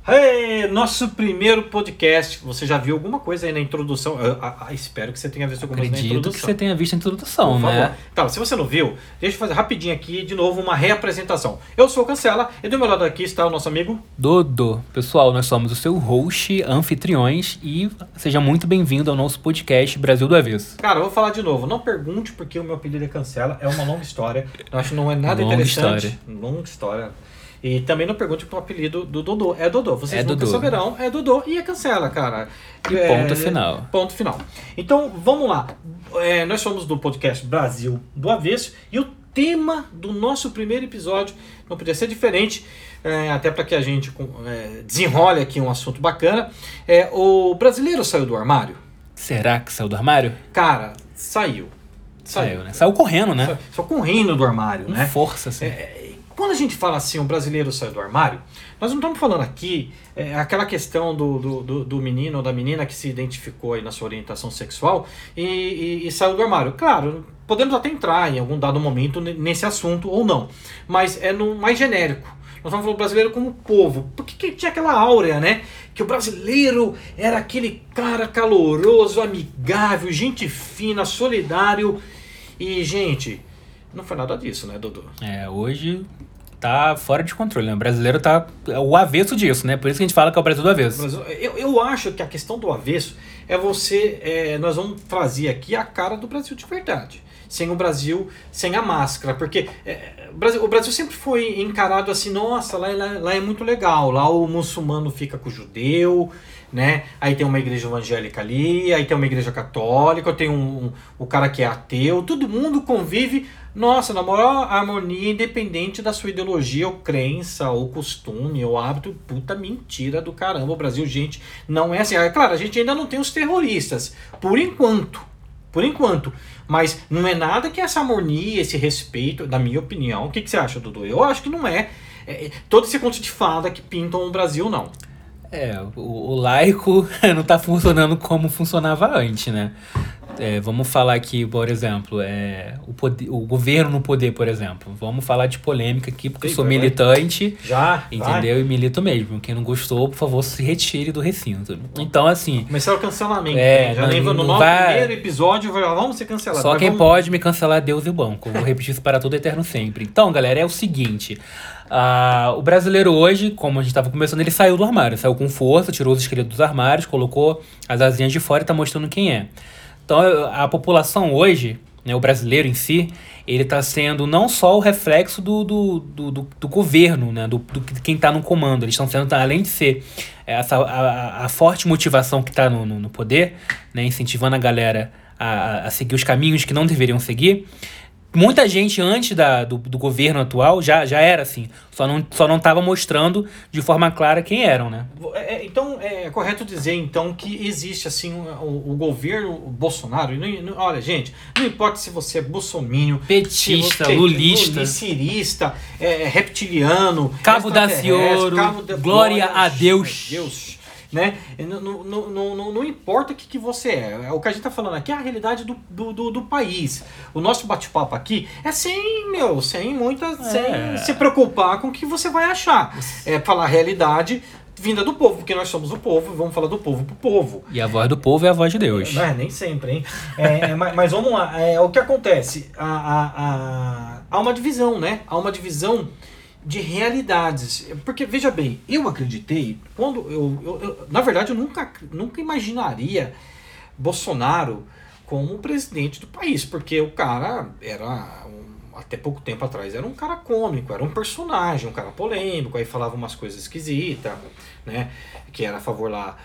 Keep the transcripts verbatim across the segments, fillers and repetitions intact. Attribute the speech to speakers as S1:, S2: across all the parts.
S1: Hey, nosso primeiro podcast. Você já viu alguma coisa aí na introdução? Eu, eu, eu espero que você tenha visto alguma coisa na introdução.
S2: Acredito que você tenha visto a introdução,
S1: Por
S2: né?
S1: favor. Tá, se você não viu, deixa eu fazer rapidinho aqui, de novo, uma reapresentação. Eu sou o Cancela e do meu lado aqui está o nosso amigo...
S2: Dodô. Pessoal, nós somos o seu host, anfitriões, e seja muito bem-vindo ao nosso podcast Brasil do Avesso.
S1: Cara, eu vou falar de novo. Não pergunte porque o meu apelido é Cancela. É uma longa história. Eu acho que não é nada
S2: Longa
S1: interessante.
S2: história.
S1: Longa história. E também não pergunte pro apelido do Dodô. É Dodô. Vocês
S2: É
S1: nunca
S2: Dodô.
S1: saberão. É Dodô e é Cancela, cara.
S2: E
S1: É,
S2: ponto final.
S1: Ponto final. Então, vamos lá. É, nós somos do podcast Brasil do Avesso. E o tema do nosso primeiro episódio não podia ser diferente. É, até para que a gente é, desenrole aqui um assunto bacana. É, o brasileiro saiu do armário?
S2: Será que saiu do armário?
S1: Cara, saiu. Saiu,
S2: Saiu, né? Saiu correndo, né?
S1: Saiu, saiu correndo do armário,
S2: Com
S1: né?
S2: força, assim.
S1: É, quando a gente fala assim, o brasileiro saiu do armário, nós não estamos falando aqui é, aquela questão do, do, do, do menino ou da menina que se identificou aí na sua orientação sexual e, e, e saiu do armário. Claro, podemos até entrar em algum dado momento nesse assunto ou não, mas é no mais genérico. Nós estamos falando do brasileiro como povo, porque que tinha aquela áurea, né? Que o brasileiro era aquele cara caloroso, amigável, gente fina, solidário e, gente... Não foi nada disso, né, Dodô?
S2: É, hoje tá fora de controle, né? O brasileiro tá o avesso disso, né? Por isso que a gente fala que é o Brasil do avesso.
S1: Eu, eu acho que a questão do avesso é você... É, nós vamos trazer aqui a cara do Brasil de verdade. Sem o Brasil, sem a máscara. Porque é, o, Brasil, o Brasil sempre foi encarado assim, nossa, lá, lá, lá é muito legal. Lá o muçulmano fica com o judeu, né? Aí tem uma igreja evangélica ali, aí tem uma igreja católica, tem um, um, o cara que é ateu. Todo mundo convive... Nossa, na maior harmonia, independente da sua ideologia, ou crença, ou costume, ou hábito, puta mentira do caramba. O Brasil, gente, não é assim. É claro, a gente ainda não tem os terroristas, por enquanto. Por enquanto. Mas não é nada que essa harmonia, esse respeito, na minha opinião. O que, que você acha, Dudu? Eu acho que não é, é todo esse conto de fada que pintam o Brasil, não.
S2: É, o, o laico não tá funcionando como funcionava antes, né? É, vamos falar aqui, por exemplo, é, o, poder, o governo no poder, por exemplo. Vamos falar de polêmica aqui, porque Sim, eu sou vai, militante.
S1: Já,
S2: entendeu?
S1: Vai.
S2: E milito mesmo. Quem não gostou, por favor, se retire do recinto. Então, assim...
S1: Começaram o cancelamento.
S2: É,
S1: já
S2: não,
S1: lembra no
S2: não
S1: nosso
S2: vai...
S1: primeiro episódio, vamos ser cancelados.
S2: Só quem
S1: vamos...
S2: pode me cancelar é Deus e o banco. Eu vou repetir isso para todo eterno sempre. Então, galera, é o seguinte... Uh, o brasileiro hoje, como a gente estava começando, ele saiu do armário. Saiu com força, tirou os esqueletos dos armários, colocou as asinhas de fora e tá mostrando quem é. Então, a população hoje, né, o brasileiro em si, ele está sendo não só o reflexo do, do, do, do, do governo, né, do, do quem está no comando. Eles estão sendo, além de ser essa, a, a forte motivação que está no, no, no poder, né, incentivando a galera a, a seguir os caminhos que não deveriam seguir. Muita gente antes da, do, do governo atual já, já era assim, só não só não estava mostrando de forma clara quem eram, né?
S1: É, então, é correto dizer, então, que existe, assim, o, o governo o Bolsonaro, não, não, olha, gente, não importa se você é bolsominion,
S2: petista,
S1: você,
S2: lulista,
S1: lucirista, é, reptiliano,
S2: Cabo da Cioro,
S1: Cabo da,
S2: glória a Deus.
S1: Deus. Né? Não, não, não, não, não importa o que, que você é. O que a gente tá falando aqui é a realidade do, do, do, do país. O nosso bate-papo aqui é sem, meu, sem muita. É. Sem se preocupar com o que você vai achar. É falar a realidade vinda do povo, porque nós somos o povo e vamos falar do povo pro povo.
S2: E a voz do povo é a voz de Deus.
S1: Não, nem sempre, hein? É, mas, mas vamos lá. É, o que acontece? Há, há, há, há uma divisão, né? Há uma divisão de realidades. Porque, veja bem, eu acreditei, quando eu, eu, eu na verdade, eu nunca, nunca imaginaria Bolsonaro como presidente do país, porque o cara era, um, até pouco tempo atrás, era um cara cômico, era um personagem, um cara polêmico, aí falava umas coisas esquisitas, né, que era a favor lá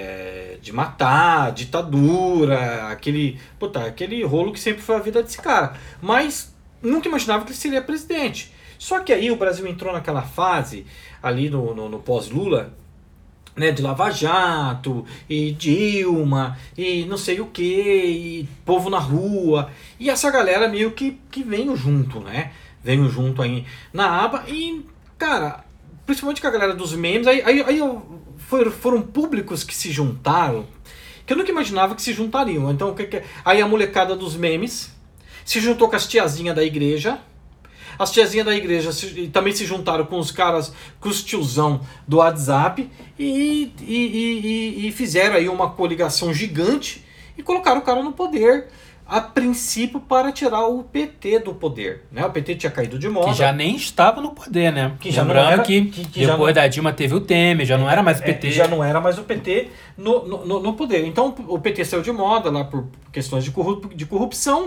S1: é, de matar, ditadura, aquele, puta, aquele rolo que sempre foi a vida desse cara, mas nunca imaginava que ele seria presidente. Só que aí o Brasil entrou naquela fase, ali no, no, no pós-Lula, né, de Lava Jato, e Dilma, e não sei o que, e povo na rua, e essa galera meio que, que veio junto, né, veio junto aí na aba, e, cara, principalmente com a galera dos memes, aí, aí, aí foram, foram públicos que se juntaram, que eu nunca imaginava que se juntariam. Então, aí a molecada dos memes se juntou com as tiazinhas da igreja. as tiazinhas da igreja se, também se juntaram com os caras, com os tiozão do WhatsApp e, e, e, e fizeram aí uma coligação gigante e colocaram o cara no poder, a princípio para tirar o P T do poder, né? O P T tinha caído de moda.
S2: Que já nem estava no poder, né?
S1: Que já
S2: Lembrando
S1: não era,
S2: que,
S1: que, que
S2: depois
S1: não,
S2: da Dilma teve o Temer, já não era mais o P T.
S1: É, já não era mais o P T no, no, no poder. Então o P T saiu de moda lá por questões de, corrup, de corrupção.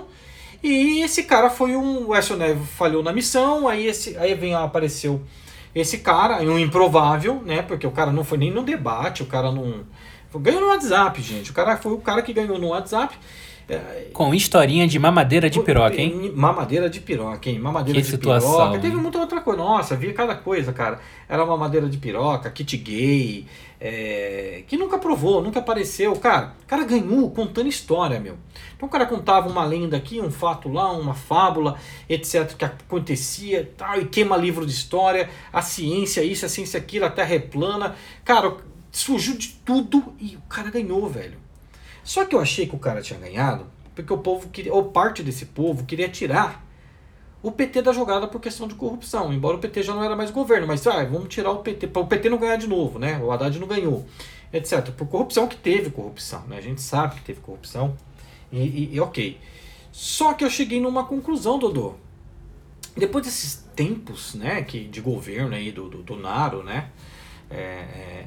S1: E esse cara foi um... O Aécio Neves falhou na missão, aí, esse, aí vem, apareceu esse cara, um improvável, né? Porque o cara não foi nem no debate, o cara não... Ganhou no WhatsApp, gente. O cara foi o cara que ganhou no WhatsApp.
S2: Com historinha de mamadeira de piroca, hein?
S1: Mamadeira de piroca, hein? Mamadeira
S2: que
S1: de
S2: situação,
S1: piroca.
S2: hein?
S1: Teve muita outra coisa. Nossa, via cada coisa, cara. Era mamadeira de piroca, kit gay, é... que nunca provou, nunca apareceu. Cara, o cara ganhou contando história, meu. Então o cara contava uma lenda aqui, um fato lá, uma fábula, etcétera, que acontecia, tal, e queima livro de história, a ciência isso, a ciência aquilo, a terra é plana. Cara, surgiu de tudo e o cara ganhou, velho. Só que eu achei que o cara tinha ganhado, porque o povo queria, ou parte desse povo queria tirar o P T da jogada por questão de corrupção. Embora o P T já não era mais governo, mas ah, vamos tirar o P T, para o P T não ganhar de novo, né? O Haddad não ganhou, etcétera. Por corrupção, que teve corrupção, né? A gente sabe que teve corrupção, e, e, e ok. Só que eu cheguei numa conclusão, Dodô. Depois desses tempos, né, que, de governo aí do, do, do Naro, né? É, é,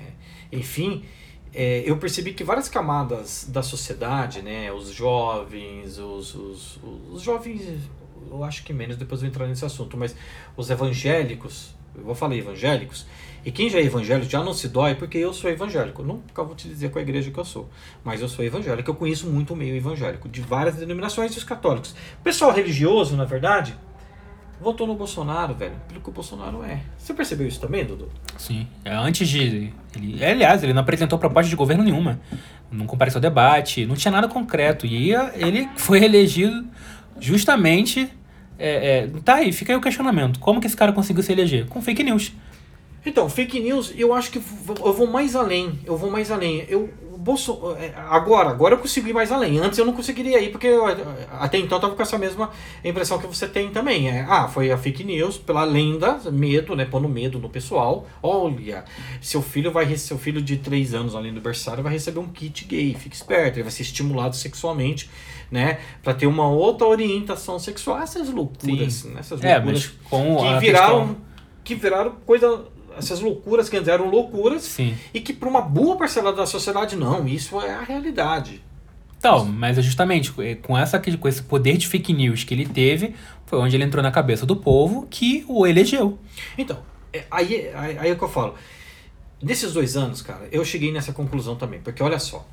S1: é, enfim... É, eu percebi que várias camadas da sociedade, né, os jovens, os, os, os jovens, eu acho que menos, depois eu vou entrar nesse assunto, mas os evangélicos, eu vou falar evangélicos, e quem já é evangélico já não se dói, porque eu sou evangélico, nunca vou te dizer qual a igreja que eu sou, mas eu sou evangélico, eu conheço muito o meio evangélico, de várias denominações dos católicos. O pessoal religioso, na verdade, votou no Bolsonaro, velho, pelo que o Bolsonaro é. Você percebeu isso também, Dudu?
S2: Sim. Antes de... Ele, aliás, ele não apresentou proposta de governo nenhuma. Não compareceu ao debate, não tinha nada concreto. E ele foi elegido justamente... É, é, tá aí, fica aí o questionamento. Como que esse cara conseguiu se eleger? Com fake news.
S1: Então, fake news, eu acho que eu vou mais além. Eu vou mais além. Eu, o Bolso, agora, agora eu consigo ir mais além. Antes eu não conseguiria ir, porque eu, até então eu tava com essa mesma impressão que você tem também. É, ah, foi a fake news, pela lenda, medo, né? Pondo medo no pessoal. Olha, seu filho vai seu filho de três anos, além do berçário, vai receber um kit gay. Fique esperto, ele vai ser estimulado sexualmente, né? Pra ter uma outra orientação sexual. Essas loucuras, né? Essas
S2: é,
S1: loucuras
S2: mas com
S1: que
S2: a
S1: viraram,
S2: questão...
S1: que viraram coisa... Essas loucuras que antes eram loucuras.
S2: Sim.
S1: E que para uma boa parcela da sociedade, não, isso é a realidade.
S2: Então, mas é justamente com, essa, com esse poder de fake news que ele teve, foi onde ele entrou na cabeça do povo que o elegeu.
S1: Então, é, aí, aí, aí é o que eu falo. Nesses dois anos, cara, eu cheguei nessa conclusão também. Porque olha só.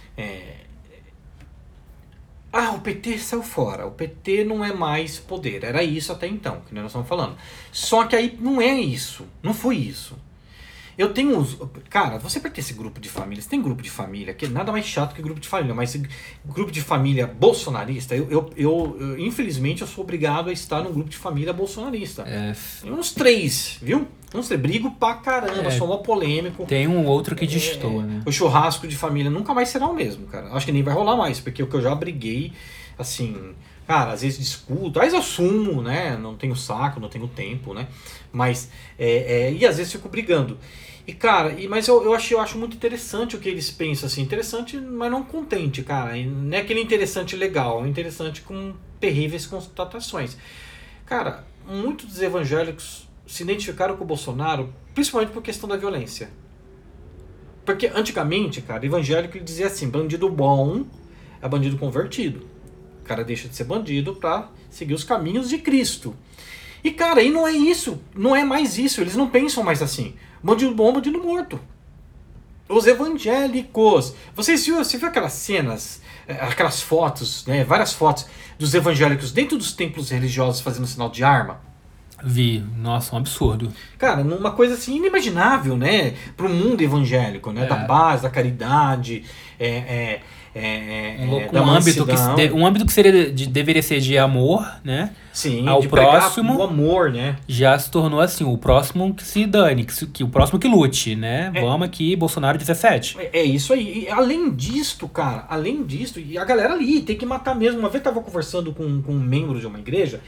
S1: É, ah, o P T saiu fora. O P T não é mais poder. Era isso até então, que nós estamos falando. Só que aí não é isso. Não foi isso. Eu tenho uns... Cara, você pertence a grupo de família. Você tem grupo de família, que é nada mais chato que grupo de família. Mas grupo de família bolsonarista, eu, eu, eu, eu infelizmente, eu sou obrigado a estar num grupo de família bolsonarista.
S2: É.
S1: Tem uns três, viu? Uns três. Brigo pra caramba,
S2: É.
S1: sou mó polêmico.
S2: Tem um outro que destoa,
S1: É,
S2: né?
S1: O churrasco de família nunca mais será o mesmo, cara. Acho que nem vai rolar mais, porque o que eu já briguei, assim... Cara, às vezes discuto, às vezes eu assumo, né? Não tenho saco, não tenho tempo, né? Mas, é, é, e às vezes fico brigando. E, cara, e, mas eu, eu, acho, eu acho muito interessante o que eles pensam, assim. Interessante, mas não contente, cara. E não é aquele interessante legal, é um interessante com terríveis constatações. Cara, muitos dos evangélicos se identificaram com o Bolsonaro, principalmente por questão da violência. Porque antigamente, cara, evangélico ele dizia assim, bandido bom é bandido convertido. O cara deixa de ser bandido pra seguir os caminhos de Cristo. E, cara, aí não é isso. Não é mais isso. Eles não pensam mais assim. Bandido bom, bandido morto. Os evangélicos. Vocês viram, você viu aquelas cenas, aquelas fotos, né? Várias fotos dos evangélicos dentro dos templos religiosos fazendo sinal de arma?
S2: Vi. Nossa, um absurdo.
S1: Cara, uma coisa assim inimaginável, né? Pro mundo evangélico, né?
S2: É.
S1: Da paz, da caridade, é... é É,
S2: Um,
S1: é,
S2: um, âmbito que, de, um âmbito que seria de, deveria ser de amor, né?
S1: Sim,
S2: ao
S1: de pregar
S2: próximo,
S1: o amor, né?
S2: Já se tornou assim, o próximo que se dane, que, se, que o próximo que lute, né?
S1: É.
S2: Vamos aqui, Bolsonaro dezessete.
S1: É, é isso aí. E além disto, cara, além disto, e a galera ali tem que matar mesmo. Uma vez eu tava conversando com, com um membro de uma igreja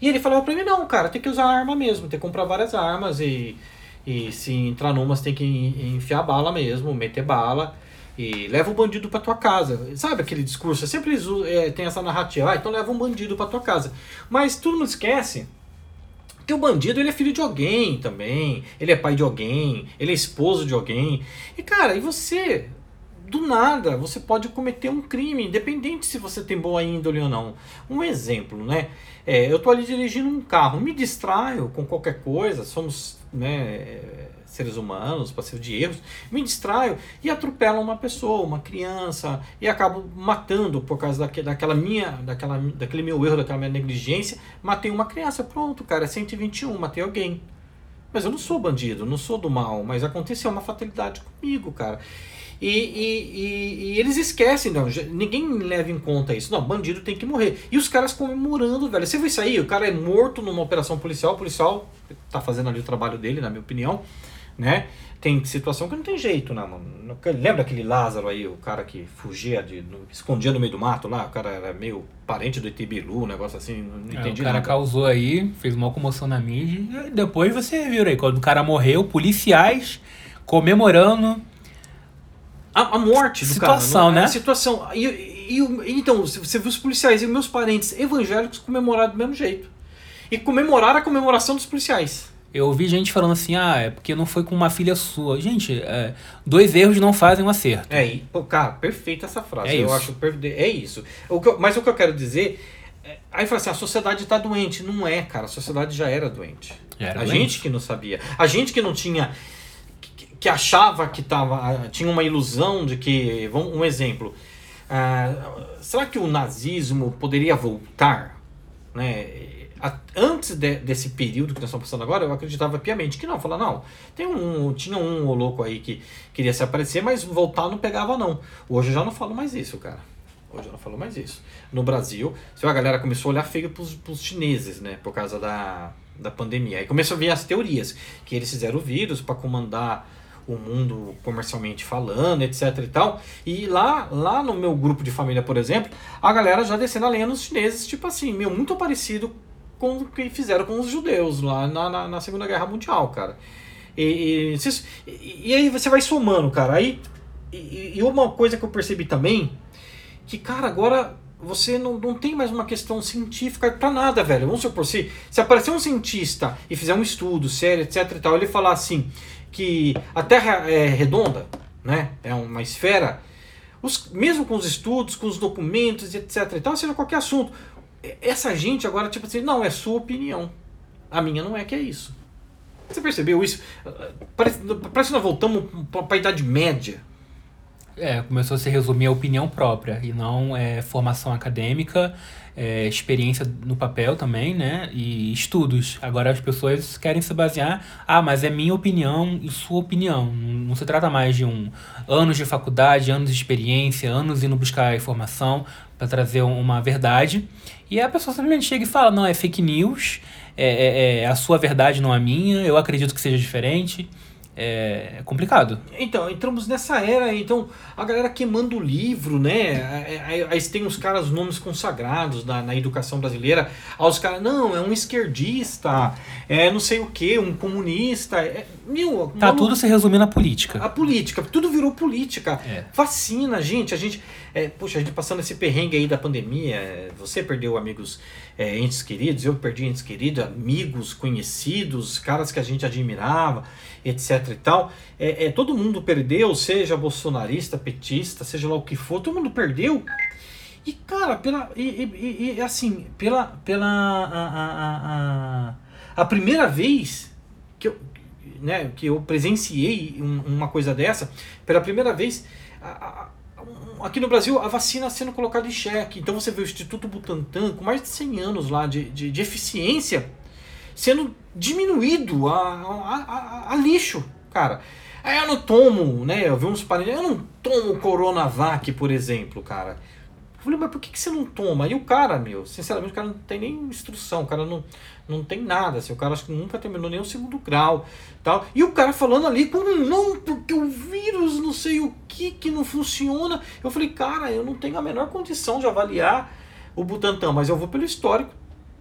S1: E ele falava pra mim, não, cara, tem que usar arma mesmo, tem que comprar várias armas e, e se entrar numas tem que enfiar bala mesmo, meter bala e leva o bandido pra tua casa. Sabe aquele discurso? Sempre é, tem essa narrativa, ah, então leva um bandido pra tua casa. Mas tu não esquece que o bandido, ele é filho de alguém também, ele é pai de alguém, ele é esposo de alguém. E cara, e você, do nada, você pode cometer um crime, independente se você tem boa índole ou não. Um exemplo, né? É, eu tô ali dirigindo um carro, me distraio com qualquer coisa, somos, né, seres humanos, passivos de erros, me distraio e atropelo uma pessoa, uma criança, e acabo matando por causa daque, daquela minha, daquela, daquele meu erro, daquela minha negligência, matei uma criança, pronto, cara, é cento e vinte e um, matei alguém. Mas eu não sou bandido, não sou do mal, mas aconteceu uma fatalidade comigo, cara. E, e, e, e eles esquecem, não, ninguém leva em conta isso. Não, bandido tem que morrer. E os caras comemorando, velho. Você viu isso aí? O cara é morto numa operação policial. O policial tá fazendo ali o trabalho dele, na minha opinião, né? Tem situação que não tem jeito, né, mano? Lembra aquele Lázaro aí, o cara que fugia, de, no, escondia no meio do mato lá? O cara era meio parente do E T Bilu, um negócio assim, não
S2: é,
S1: entendi
S2: o cara
S1: nada.
S2: Causou aí, fez uma comoção na mídia. E depois você viu aí, quando o cara morreu, policiais comemorando
S1: A, a morte do
S2: situação,
S1: cara.
S2: Né?
S1: A situação. E, e, e, então, você viu os policiais e meus parentes evangélicos comemoraram do mesmo jeito. E comemoraram a comemoração dos policiais.
S2: Eu ouvi gente falando assim, ah, é porque não foi com uma filha sua. Gente, é, dois erros não fazem um acerto.
S1: É, e, pô, cara, perfeita essa frase.
S2: É
S1: eu
S2: isso.
S1: acho perfe... É isso. O que eu, mas o que eu quero dizer... É, aí fala assim, a sociedade tá doente. Não é, cara. A sociedade já era doente.
S2: Já era
S1: a
S2: doente.
S1: gente que não sabia. A gente que não tinha... Que, que achava que tava... Tinha uma ilusão de que... Vamos, um exemplo. Ah, será que o nazismo poderia voltar? Né? Antes de, desse período que nós estamos passando agora, eu acreditava piamente que não. Falar, não, tem um, tinha um louco aí que queria se aparecer, mas voltar não pegava não. Hoje eu já não falo mais isso, cara. Hoje eu não falo mais isso. No Brasil, a galera começou a olhar feio pros, pros chineses, né? Por causa da, da pandemia. Aí começou a vir as teorias, que eles fizeram o vírus para comandar o mundo comercialmente falando, etc e tal. E lá, lá no meu grupo de família, por exemplo, a galera já descendo a lenha nos chineses, tipo assim, meu, muito parecido com o que fizeram com os judeus lá na, na, na Segunda Guerra Mundial, cara. E, e, e aí você vai somando, cara. Aí, e, e uma coisa que eu percebi também, que, cara, agora você não, não tem mais uma questão científica pra nada, velho. Vamos supor, se, se aparecer um cientista e fizer um estudo sério, etc e tal, ele falar assim, que a Terra é redonda, né? É uma esfera, os, mesmo com os estudos, com os documentos, etc e tal, seja qualquer assunto, essa gente agora, tipo assim, não, é sua opinião. A minha não é que é isso. Você percebeu isso? Parece, parece que nós voltamos para a Idade Média.
S2: É, começou a se resumir a opinião própria e não é, formação acadêmica, é, experiência no papel também, né? E estudos. Agora as pessoas querem se basear, ah, mas é minha opinião e sua opinião. Não, não se trata mais de um anos de faculdade, anos de experiência, anos indo buscar informação para trazer uma verdade. E a pessoa simplesmente chega e fala, não, é fake news, é, é, é a sua verdade, não a minha, eu acredito que seja diferente. É complicado.
S1: Então, entramos nessa era, então a galera queimando o livro, né? Aí, aí tem uns caras, nomes consagrados na, na educação brasileira. Aí os caras, não, é um esquerdista, é não sei o que, um comunista. É, meu,
S2: tá
S1: maluco,
S2: tudo se resumindo à política.
S1: A política, tudo virou política.
S2: É.
S1: Vacina, gente, a gente. É, poxa, a gente passando esse perrengue aí da pandemia, você perdeu amigos, é, entes queridos, eu perdi entes queridos, amigos, conhecidos, caras que a gente admirava, etc e tal. É, é, todo mundo perdeu, seja bolsonarista, petista, seja lá o que for, todo mundo perdeu. E, cara, pela. E, e, e assim, pela. pela a, a, a, a primeira vez que eu, né, que eu presenciei um, uma coisa dessa, pela primeira vez. A, a, aqui no Brasil, a vacina sendo colocada em xeque. Então você vê o Instituto Butantan, com mais de cem anos lá de, de, de eficiência, sendo diminuído a, a, a, a lixo, cara. Aí eu não tomo, né? Eu vi uns parentes, eu não tomo Coronavac, por exemplo, cara. Eu falei, mas por que, que você não toma? E o cara, meu, sinceramente, o cara não tem nem instrução, o cara não, não tem nada, assim, o cara acho que nunca terminou nem o segundo grau, tal. E o cara falando ali, como não, porque o vírus não sei o que, que não funciona. Eu falei, cara, eu não tenho a menor condição de avaliar o Butantan, mas eu vou pelo histórico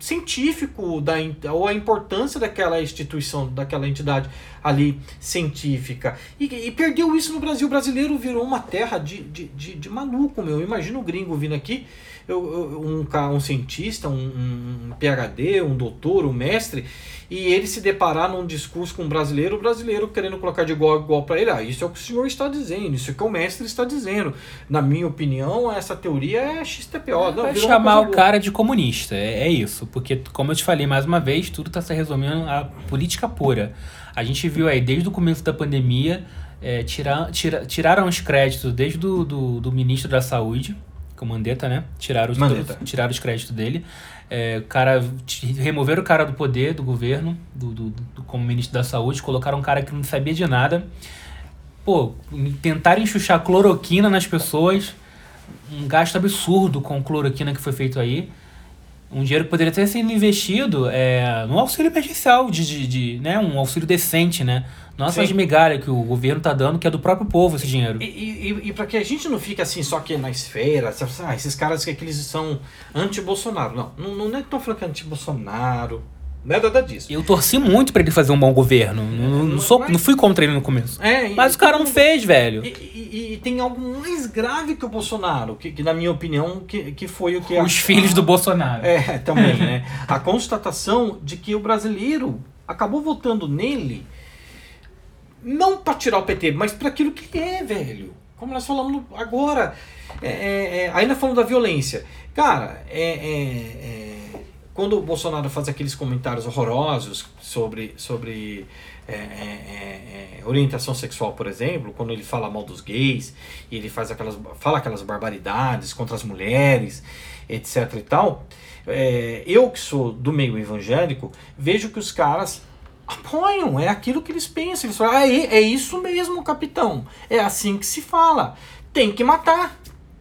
S1: científico da, ou a importância daquela instituição, daquela entidade ali científica. E, e perdeu isso no Brasil. O brasileiro virou uma terra de, de, de, de maluco, meu. Imagina o gringo vindo aqui, eu, eu, um, um cientista, um, um PhD, um doutor, um mestre, e ele se deparar num discurso com um brasileiro, o brasileiro querendo colocar de igual a igual para ele. Ah, isso é o que o senhor está dizendo, isso é o que o mestre está dizendo. Na minha opinião, essa teoria é X T P O. Não,
S2: vai chamar o cara de comunista, é, é isso. Porque, como eu te falei mais uma vez, tudo está se resumindo a política pura. A gente viu aí, desde o começo da pandemia, é, tirar, tira, tiraram os créditos desde do, do, do ministro da Saúde, que é o Mandetta, né? Tiraram os,
S1: Mandetta.
S2: tiraram os créditos dele. É, o cara, removeram o cara do poder, do governo, do, do, do, como ministro da Saúde, colocaram um cara que não sabia de nada. Pô, tentaram enxuxar cloroquina nas pessoas, um gasto absurdo com cloroquina que foi feito aí. Um dinheiro que poderia ter sido investido é, no auxílio emergencial, de, de, de, né, um auxílio decente, né? Não essas migalhas que o governo tá dando, que é do próprio povo esse dinheiro.
S1: E, e, e para que a gente não fique assim só que na esfera, ah, esses caras que, que eles são anti-Bolsonaro. Não, não, não é que estão falando que é anti-Bolsonaro, não é nada disso.
S2: Eu torci muito pra ele fazer um bom governo. É, não, não, sou, não fui contra ele no começo. É, mas e, o cara não fez, velho.
S1: E, e, e tem algo mais grave que o Bolsonaro, que, que na minha opinião, que, que foi o que...
S2: Os a, filhos a, do Bolsonaro.
S1: É, também, né? A constatação de que o brasileiro acabou votando nele não para tirar o P T, mas para aquilo que ele é, velho. Como nós falamos agora, é, é, é, ainda falando da violência. Cara, é, é, é, quando o Bolsonaro faz aqueles comentários horrorosos sobre, sobre é, é, é, orientação sexual, por exemplo, quando ele fala mal dos gays, e ele faz aquelas, fala aquelas barbaridades contra as mulheres, etc e tal, é, eu que sou do meio evangélico, vejo que os caras apoiam, é aquilo que eles pensam. Eles falam, ah, é, é isso mesmo, capitão. É assim que se fala. Tem que matar.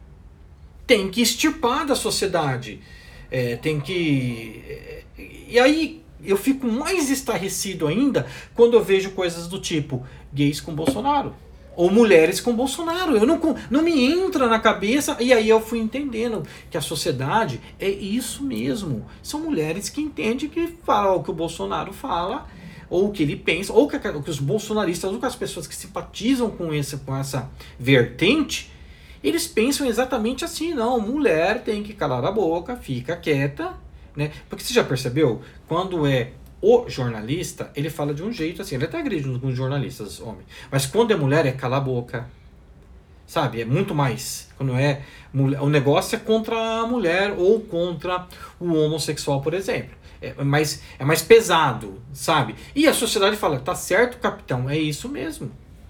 S1: Tem que extirpar da sociedade. É, tem que... E aí eu fico mais estarrecido ainda quando eu vejo coisas do tipo gays com Bolsonaro. Ou mulheres com Bolsonaro. Eu não, não me entra na cabeça. E aí eu fui entendendo que a sociedade é isso mesmo. São mulheres que entendem que falam o que o Bolsonaro fala, ou o que ele pensa, ou que, que os bolsonaristas, ou que as pessoas que simpatizam com, esse, com essa vertente, eles pensam exatamente assim. Não, mulher tem que calar a boca, fica quieta, né? Porque você já percebeu? Quando é o jornalista, ele fala de um jeito assim, ele até agride alguns jornalistas, homem. Mas quando é mulher, é calar a boca. Sabe? É muito mais. Quando é mulher, o negócio é contra a mulher ou contra o homossexual, por exemplo. É mais, é mais pesado, sabe? E a sociedade fala, tá certo, capitão, é isso mesmo.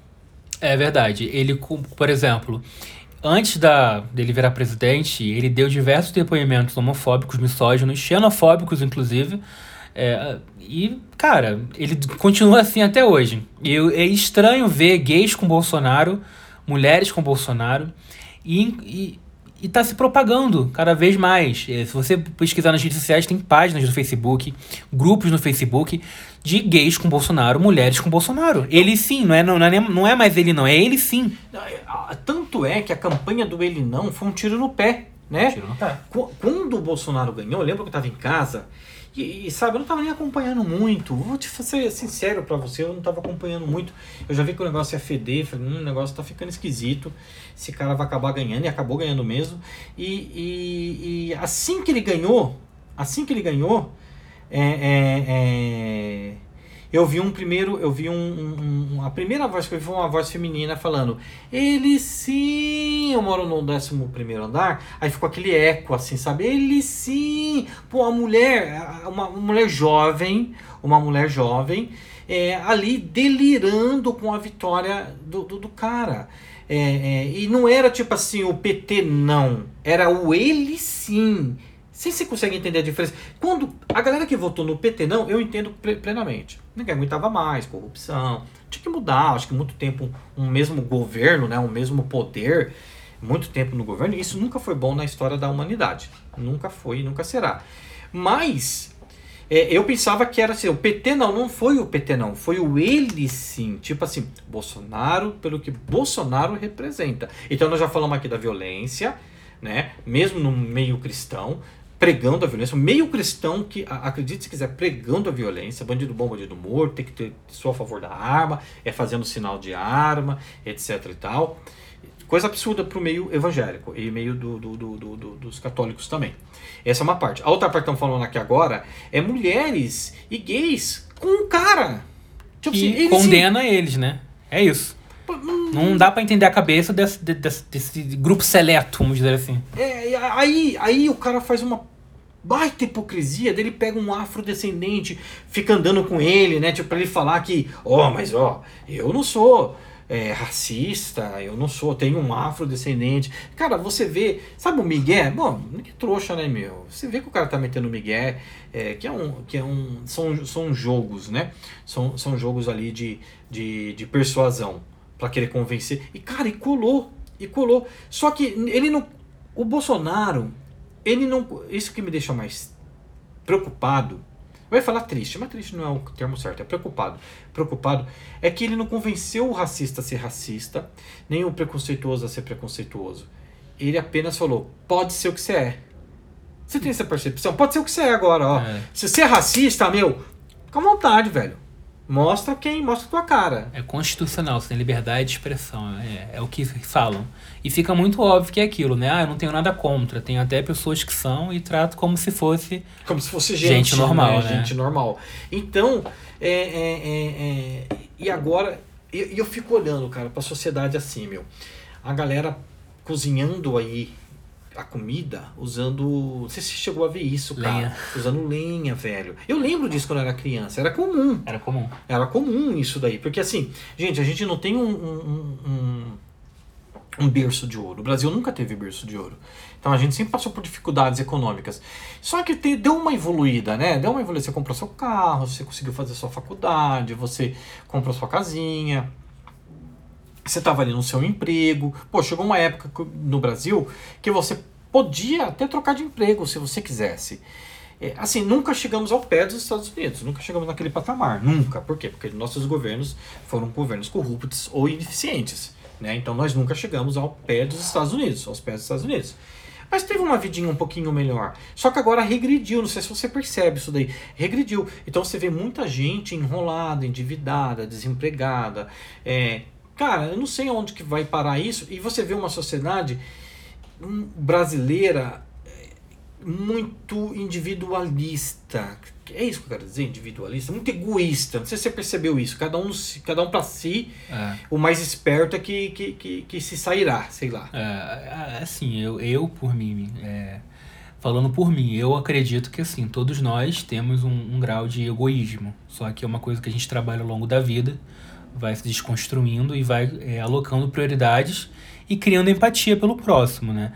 S2: É verdade. Ele, por exemplo, antes da, dele virar presidente, ele deu diversos depoimentos homofóbicos, misóginos, xenofóbicos, inclusive. É, e, cara, ele continua assim até hoje. E é estranho ver gays com Bolsonaro, mulheres com Bolsonaro, e, e, e tá se propagando cada vez mais. É, se você pesquisar nas redes sociais, tem páginas no Facebook, grupos no Facebook de gays com Bolsonaro, mulheres com Bolsonaro. Ele sim, não é, não, é, não é mais ele não, é ele sim.
S1: Tanto é que a campanha do ele não foi um tiro no pé, né?
S2: Tiro no pé.
S1: Quando o Bolsonaro ganhou, eu lembro que eu tava em casa, E, e sabe, eu não tava nem acompanhando muito. Vou te ser sincero pra você, eu não tava acompanhando muito. Eu já vi que o negócio ia feder, falei, hum, o negócio tá ficando esquisito. Esse cara vai acabar ganhando, e acabou ganhando mesmo. E, e, e assim que ele ganhou, assim que ele ganhou, é, é, é, eu vi um primeiro, eu vi um, um, um, a primeira voz que eu vi foi uma voz feminina falando, ele sim, eu moro no décimo primeiro andar, aí ficou aquele eco assim, sabe, ele sim, pô, a mulher, uma, uma mulher jovem, uma mulher jovem, é, ali delirando com a vitória do, do, do cara, é, é, e não era tipo assim, o P T não, era o ele sim. Se você consegue entender a diferença. Quando a galera que votou no P T não, eu entendo plenamente. Ninguém aguentava mais, corrupção. Tinha que mudar, acho que muito tempo um, um mesmo governo, né, um mesmo poder, muito tempo no governo, isso nunca foi bom na história da humanidade. Nunca foi e nunca será. Mas é, eu pensava que era assim, o P T não, não foi o P T não, foi o ele sim. Tipo assim, Bolsonaro, pelo que Bolsonaro representa. Então nós já falamos aqui da violência, né, mesmo no meio cristão, pregando a violência, um meio cristão que, acredite se quiser, pregando a violência, bandido bom, bandido morto, tem que ter, sou a favor da arma, é fazendo sinal de arma, etc e tal. Coisa absurda pro meio evangélico e meio do, do, do, do, do, dos católicos também. Essa é uma parte. A outra parte que estamos falando aqui agora é mulheres e gays com um cara.
S2: Tipo, que assim, condena eles, eles, né? É isso. Não dá pra entender a cabeça desse, desse, desse grupo seleto, vamos dizer assim.
S1: É, aí, aí o cara faz uma baita hipocrisia dele, pega um afrodescendente, fica andando com ele, né? Tipo, pra ele falar que, ó, oh, mas ó, eu não sou é, racista, eu não sou, tenho um afrodescendente. Cara, você vê, sabe o migué? Bom, que trouxa, né, meu? Você vê que o cara tá metendo migué, é, que é um, que é um, são, são jogos, né? São, são jogos ali de, de, de persuasão, pra querer convencer. E, cara, e colou, e colou. Só que ele não, o Bolsonaro, ele não, isso que me deixa mais preocupado, eu ia falar triste, mas triste não é o termo certo, é preocupado. Preocupado é que ele não convenceu o racista a ser racista, nem o preconceituoso a ser preconceituoso. Ele apenas falou, pode ser o que você é. Você tem essa percepção? Pode ser o que você é agora, ó. É. Se você é racista, meu, fica à vontade, velho. Mostra quem, mostra a tua cara.
S2: É constitucional, você tem liberdade de expressão, é, é o que falam. E fica muito óbvio que é aquilo, né? Ah, eu não tenho nada contra, tem até pessoas que são e trato como se fosse...
S1: Como se fosse gente,
S2: gente normal,
S1: né?
S2: né?
S1: Gente normal. Então, é, é, é, é, e agora, e eu, eu fico olhando, cara, pra sociedade assim, meu. A galera cozinhando aí a comida usando... Não sei se você chegou a ver isso, cara.
S2: Lenha.
S1: Usando lenha, velho. Eu lembro disso quando eu era criança. Era comum.
S2: Era comum.
S1: Era comum isso daí. Porque assim, gente, a gente não tem um, um, um, um berço de ouro. O Brasil nunca teve berço de ouro. Então a gente sempre passou por dificuldades econômicas. Só que te, deu uma evoluída, né? Deu uma evoluída. Você comprou seu carro, você conseguiu fazer sua faculdade, você comprou sua casinha. Você estava ali no seu emprego. Pô, chegou uma época no Brasil que você podia até trocar de emprego se você quisesse. É, assim, nunca chegamos ao pé dos Estados Unidos. Nunca chegamos naquele patamar. Nunca. Por quê? Porque nossos governos foram governos corruptos ou ineficientes. Né? Então nós nunca chegamos ao pé dos Estados Unidos. Aos pés dos Estados Unidos. Mas teve uma vidinha um pouquinho melhor. Só que agora regrediu. Não sei se você percebe isso daí. Regrediu. Então você vê muita gente enrolada, endividada, desempregada. É... Cara, eu não sei onde que vai parar isso. E você vê uma sociedade brasileira muito individualista. É isso que eu quero dizer, individualista? Muito egoísta. Não sei se você percebeu isso. Cada um, cada um para si. É. O mais esperto é que, que, que, que se sairá, sei lá.
S2: É, assim, eu, eu por mim... É... Falando por mim, eu acredito que assim, todos nós temos um, um grau de egoísmo. Só que é uma coisa que a gente trabalha ao longo da vida, vai se desconstruindo e vai é, alocando prioridades e criando empatia pelo próximo, né?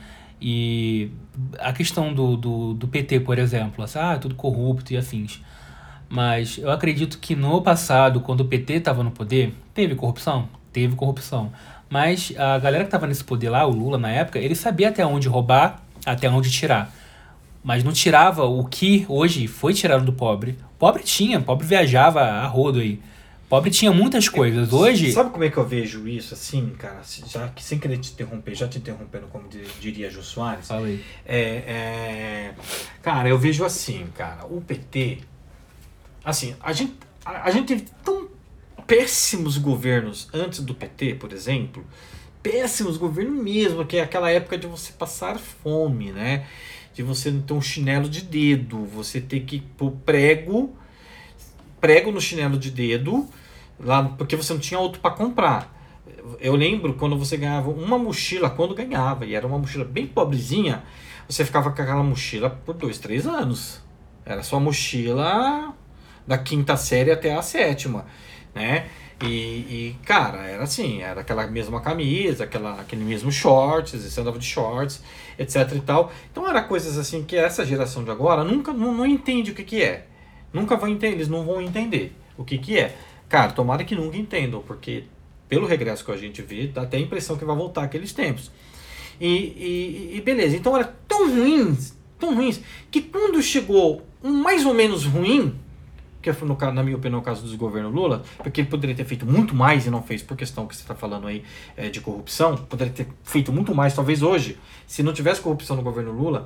S2: E a questão do, do, do P T, por exemplo, assim, ah, tudo corrupto e afins. Mas eu acredito que no passado, quando o P T estava no poder, teve corrupção? Teve corrupção. Mas a galera que estava nesse poder lá, o Lula na época, ele sabia até onde roubar, até onde tirar. Mas não tirava o que hoje foi tirado do pobre. O pobre tinha, o pobre viajava a rodo aí. Pobre tinha muitas coisas. Hoje...
S1: Sabe como é que eu vejo isso, assim, cara? Já que sem querer te interromper, já te interrompendo, como diria Jô Soares.
S2: Fala aí.
S1: É, é... Cara, eu vejo assim, cara. O P T... Assim, a gente, a, a gente teve tão péssimos governos antes do P T, por exemplo. Péssimos governos mesmo, que é aquela época de você passar fome, né? De você não ter um chinelo de dedo. Você ter que pôr prego... prego no chinelo de dedo, lá, porque você não tinha outro para comprar. Eu lembro quando você ganhava uma mochila, quando ganhava, e era uma mochila bem pobrezinha, você ficava com aquela mochila por dois, três anos. Era sua mochila da quinta série até a sétima, né? E, e cara, era assim, era aquela mesma camisa, aquela, aquele mesmo shorts, você andava de shorts, etc e tal. Então era coisas assim que essa geração de agora nunca não, não entende o que que é. Nunca vão entender, eles não vão entender o que que é. Cara, tomara que nunca entendam, porque pelo regresso que a gente vê, dá até a impressão que vai voltar aqueles tempos. E, e, e beleza, então era tão ruins, tão ruins, que quando chegou um mais ou menos ruim, que foi no, na minha opinião o caso do governo Lula, porque ele poderia ter feito muito mais e não fez por questão que você está falando aí é, de corrupção, poderia ter feito muito mais, talvez hoje, se não tivesse corrupção no governo Lula,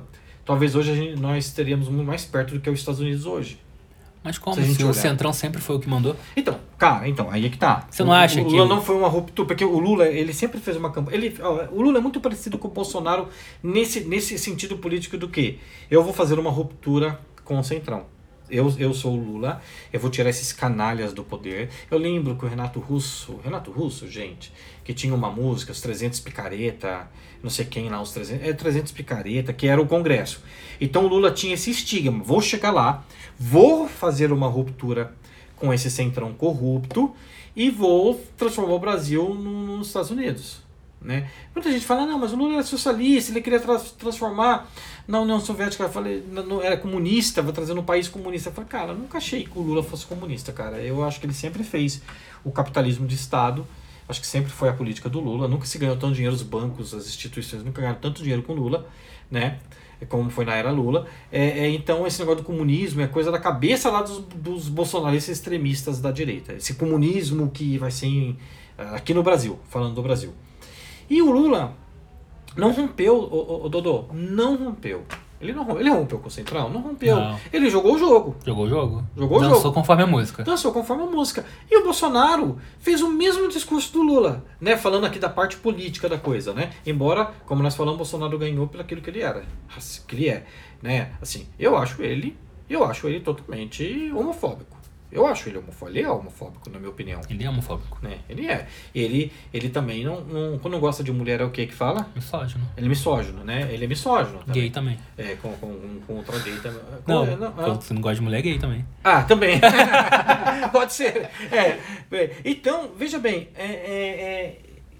S1: talvez hoje a gente, nós estaríamos muito mais perto do que os Estados Unidos hoje.
S2: Mas como
S1: Se a
S2: se,
S1: gente
S2: o
S1: olhar.
S2: Centrão sempre foi o que mandou?
S1: Então, cara, então, aí é que tá.
S2: Você não
S1: O-
S2: acha
S1: o
S2: que
S1: Lula
S2: o-
S1: não foi uma ruptura, porque o Lula, ele sempre fez uma campanha. Ele, ó, o Lula é muito parecido com o Bolsonaro nesse, nesse sentido político do que eu vou fazer uma ruptura com o Centrão. Eu, eu sou o Lula, eu vou tirar esses canalhas do poder. Eu lembro que o Renato Russo, Renato Russo, gente, que tinha uma música, os trezentos picareta, não sei quem lá, os trezentos, é trezentos picareta, que era o Congresso. Então o Lula tinha esse estigma, vou chegar lá, vou fazer uma ruptura com esse centrão corrupto e vou transformar o Brasil no- nos Estados Unidos. Né? Muita gente fala, não, mas o Lula era socialista, ele queria tra transformar na União Soviética, eu falei, não, não, era comunista, vai trazer um país comunista. Eu falei, cara, eu nunca achei que o Lula fosse comunista, cara. Eu acho que ele sempre fez o capitalismo de Estado, acho que sempre foi a política do Lula, nunca se ganhou tanto dinheiro, os bancos, as instituições nunca ganharam tanto dinheiro com o Lula, né? Como foi na era Lula. É, é, então esse negócio do comunismo é coisa da cabeça lá dos, dos bolsonaristas extremistas da direita. Esse comunismo que vai ser em, aqui no Brasil, falando do Brasil. E o Lula não rompeu, o, o, o Dodô, não rompeu. Ele não rompeu. Ele rompeu com o Central? Não rompeu.
S2: Não.
S1: Ele jogou o jogo.
S2: Jogou o jogo?
S1: Jogou o
S2: Dançou
S1: jogo.
S2: conforme a música.
S1: Dançou conforme a música. E o Bolsonaro fez o mesmo discurso do Lula, né? Falando aqui da parte política da coisa, né? Embora, como nós falamos, o Bolsonaro ganhou pelo aquilo que ele era, que ele é, né? Assim, eu acho ele, eu acho ele totalmente homofóbico. Eu acho ele homofóbico. Ele é homofóbico, na minha opinião.
S2: Ele é homofóbico.
S1: Né? Ele é. Ele, ele também não, não. Quando não gosta de mulher, é o que que fala?
S2: Misógino.
S1: Ele é misógino, né? Ele é misógino também.
S2: Gay também.
S1: É, com, com, com outra gay também. Com-
S2: Não,
S1: não, ah.
S2: você não gosta de mulher, é gay também.
S1: Ah, também. Pode ser. É, é. Então, veja bem, é, é, é,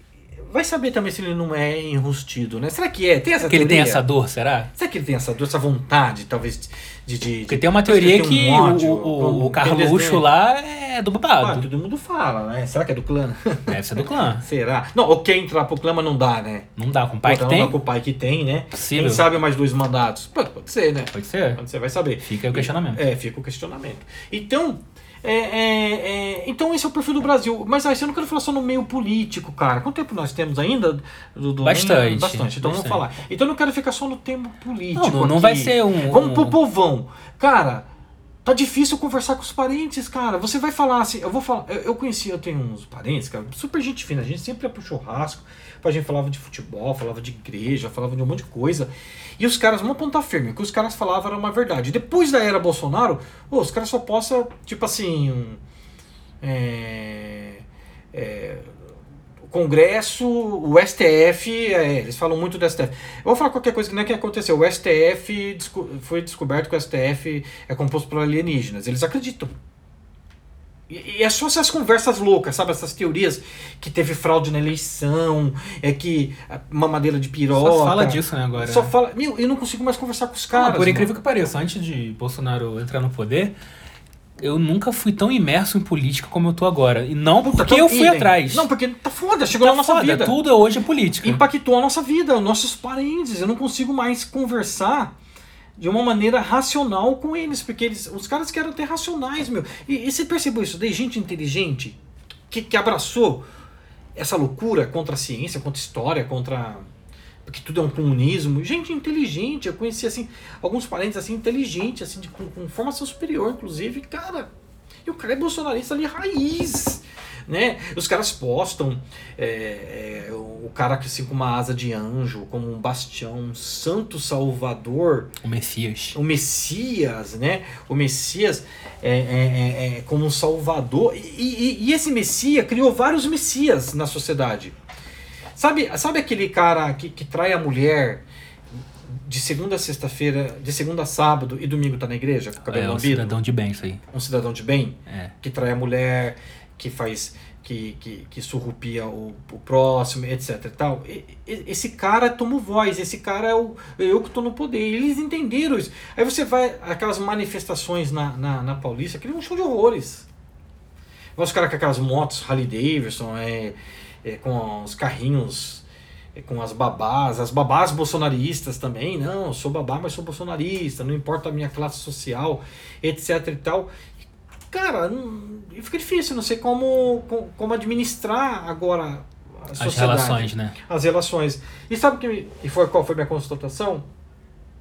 S1: vai saber também se ele não é enrustido, né? Será que é? Tem essa
S2: Porque ele tem
S1: teoria?
S2: essa dor, será?
S1: Será que ele tem essa dor, essa vontade, talvez, de... de
S2: Porque
S1: de-
S2: tem uma
S1: acho
S2: teoria
S1: ele
S2: que,
S1: tem um ódio,
S2: o, o,
S1: um-
S2: o
S1: um
S2: Carluxo
S1: desdém.
S2: lá é do
S1: Ah,
S2: babado.
S1: todo mundo fala, né? Será que é do clã?
S2: Deve ser do clã.
S1: Será? Não, ou quem entrar pro clã, mas não dá, né?
S2: Não dá com o pai que
S1: Não
S2: tem?
S1: dá com o pai que tem, né?
S2: Possível.
S1: Quem sabe mais dois mandatos? Pode, pode ser, né?
S2: Pode ser.
S1: Você vai saber.
S2: Fica aí o questionamento.
S1: É, fica o questionamento. Então, é, é, é, então esse é o perfil do Brasil. Mas aí, eu não quero falar só no meio político, cara. Quanto tempo nós temos ainda? Do, do-
S2: Bastante,
S1: Bastante. Então vamos
S2: bastante.
S1: falar. Então eu não quero ficar só no tema político.
S2: Não, não, não
S1: aqui.
S2: vai ser um-
S1: Vamos
S2: um-
S1: pro povão. Cara, tá difícil conversar com os parentes, cara. Você vai falar assim, eu vou falar. Eu, eu conheci, eu tenho uns parentes, cara, super gente fina. A gente sempre ia pro churrasco. A gente falava de futebol, falava de igreja, falava de um monte de coisa. E os caras, vamos apontar firme, o que os caras falavam era uma verdade. Depois da era Bolsonaro, oh, os caras só possam, tipo assim. um, É, é, o Congresso, o S T F, é, eles falam muito do S T F. Eu vou falar qualquer coisa que não é que aconteceu. O S T F desco- foi descoberto que o S T F é composto por alienígenas. Eles acreditam. E, e é só essas conversas loucas, sabe? Essas teorias que teve fraude na eleição, é que a mamadeira de piroca.
S2: Só se fala disso, né, agora.
S1: Só fala. Meu, eu não consigo mais conversar com os
S2: Ah,
S1: caras.
S2: por incrível
S1: mano.
S2: que pareça, antes de Bolsonaro entrar no poder, eu nunca fui tão imerso em política como eu tô agora. E não
S1: Puta,
S2: porque
S1: tô
S2: eu fui
S1: idem.
S2: atrás.
S1: Não, porque tá foda, chegou
S2: Tá
S1: na nossa
S2: foda,
S1: vida.
S2: tudo hoje é política.
S1: Impactou a nossa vida, os nossos parentes. Eu não consigo mais conversar de uma maneira racional com eles, porque eles, os caras querem ter racionais, meu. E, e você percebeu isso? Tem gente inteligente que, que abraçou essa loucura contra a ciência, contra a história, contra... porque tudo é um comunismo. Gente inteligente, eu conheci assim, alguns parentes assim, inteligentes, assim, de, com, com formação superior, inclusive, cara. E o cara é bolsonarista ali, raiz. Né? Os caras postam é, é, o cara que assim com uma asa de anjo, como um bastião, um santo salvador,
S2: O Messias.
S1: o Messias, né? O Messias é, é, é, é como um salvador. E, e, e esse Messias criou vários Messias na sociedade. Sabe, sabe aquele cara que, que trai a mulher de segunda a sexta-feira, de segunda a sábado e domingo tá na igreja com o cabelo
S2: É um
S1: lambido?
S2: cidadão de bem, isso aí.
S1: Um cidadão de bem?
S2: É.
S1: Que trai a mulher, que faz, que, que, que surrupia o, o próximo, etc e tal. E, e, esse cara toma voz, esse cara é o eu que estou no poder. E eles entenderam isso. Aí você vai, aquelas manifestações na, na, na Paulista, aquele é um show de horrores. Vai os caras com aquelas motos Harley Davidson, é, é, com os carrinhos, é, com as babás, as babás bolsonaristas também. Não, eu sou babá, mas sou bolsonarista, não importa a minha classe social, etc e tal. Cara, não, fica difícil, não sei como, como, como administrar agora a
S2: As
S1: sociedade.
S2: relações, né?
S1: As relações. E sabe que, e foi, qual foi a minha constatação?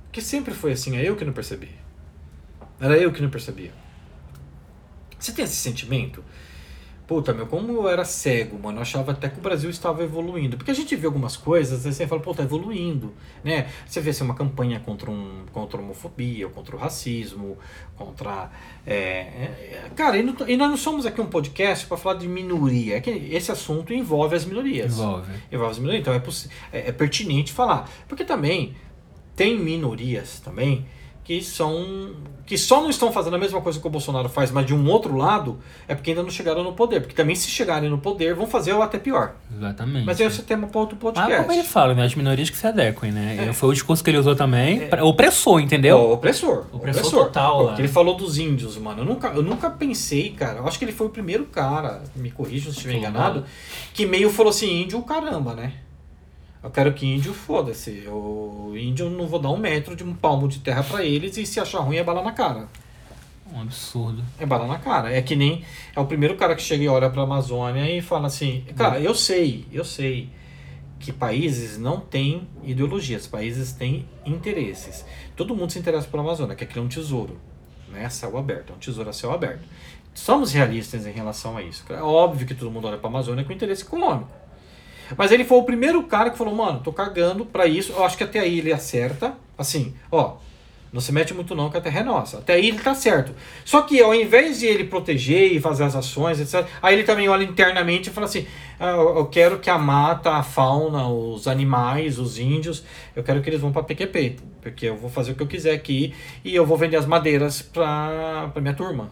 S1: Porque sempre foi assim, é eu que não percebi. Era eu que não percebia. Você tem esse sentimento? Puta, meu, como eu era cego, mano, eu achava até que o Brasil estava evoluindo. Porque a gente vê algumas coisas, aí você fala, pô, tá evoluindo, né? Você vê assim, uma campanha contra, um, contra a homofobia, contra o racismo, contra... É, é, cara, e, não, e nós não somos aqui um podcast para falar de minoria. É que esse assunto envolve as minorias.
S2: Envolve.
S1: Envolve as minorias, então é, é, é pertinente falar. Porque também tem minorias também... que são que só não estão fazendo a mesma coisa que o Bolsonaro faz, mas de um outro lado, é porque ainda não chegaram no poder. Porque também se chegarem no poder, vão fazer até pior.
S2: Exatamente.
S1: Mas aí você tem para outro podcast.
S2: Ah, como ele fala, né? As minorias que se adequem, né? É. Foi o discurso que ele usou também. É. Opressor, entendeu?
S1: O opressor.
S2: O opressor, opressor total.
S1: Porque ele falou dos índios, mano. Eu nunca, eu nunca pensei, cara. Eu acho que ele foi o primeiro cara, me corrija se estiver enganado, que meio falou assim, índio, caramba, né? Eu quero que índio foda-se. O índio não vou dar um metro de um palmo de terra pra eles e se achar ruim é bala na cara.
S2: Um absurdo.
S1: É bala na cara. É que nem... É o primeiro cara que chega e olha pra Amazônia e fala assim... Cara, eu sei, eu sei que países não têm ideologias. Países têm interesses. Todo mundo se interessa pela Amazônia, quer criar um tesouro. Né? Céu aberto. É um tesouro a céu aberto. Somos realistas em relação a isso. É óbvio que todo mundo olha pra Amazônia com interesse econômico. Mas ele foi o primeiro cara que falou, mano, tô cagando pra isso. Eu acho que até aí ele acerta. Assim, ó, não se mete muito não que a terra é nossa. Até aí ele tá certo. Só que ao invés de ele proteger e fazer as ações, etcétera. Aí ele também olha internamente e fala assim, ah, eu quero que a mata, a fauna, os animais, os índios, eu quero que eles vão pra P Q P. Porque eu vou fazer o que eu quiser aqui e eu vou vender as madeiras pra, pra minha turma.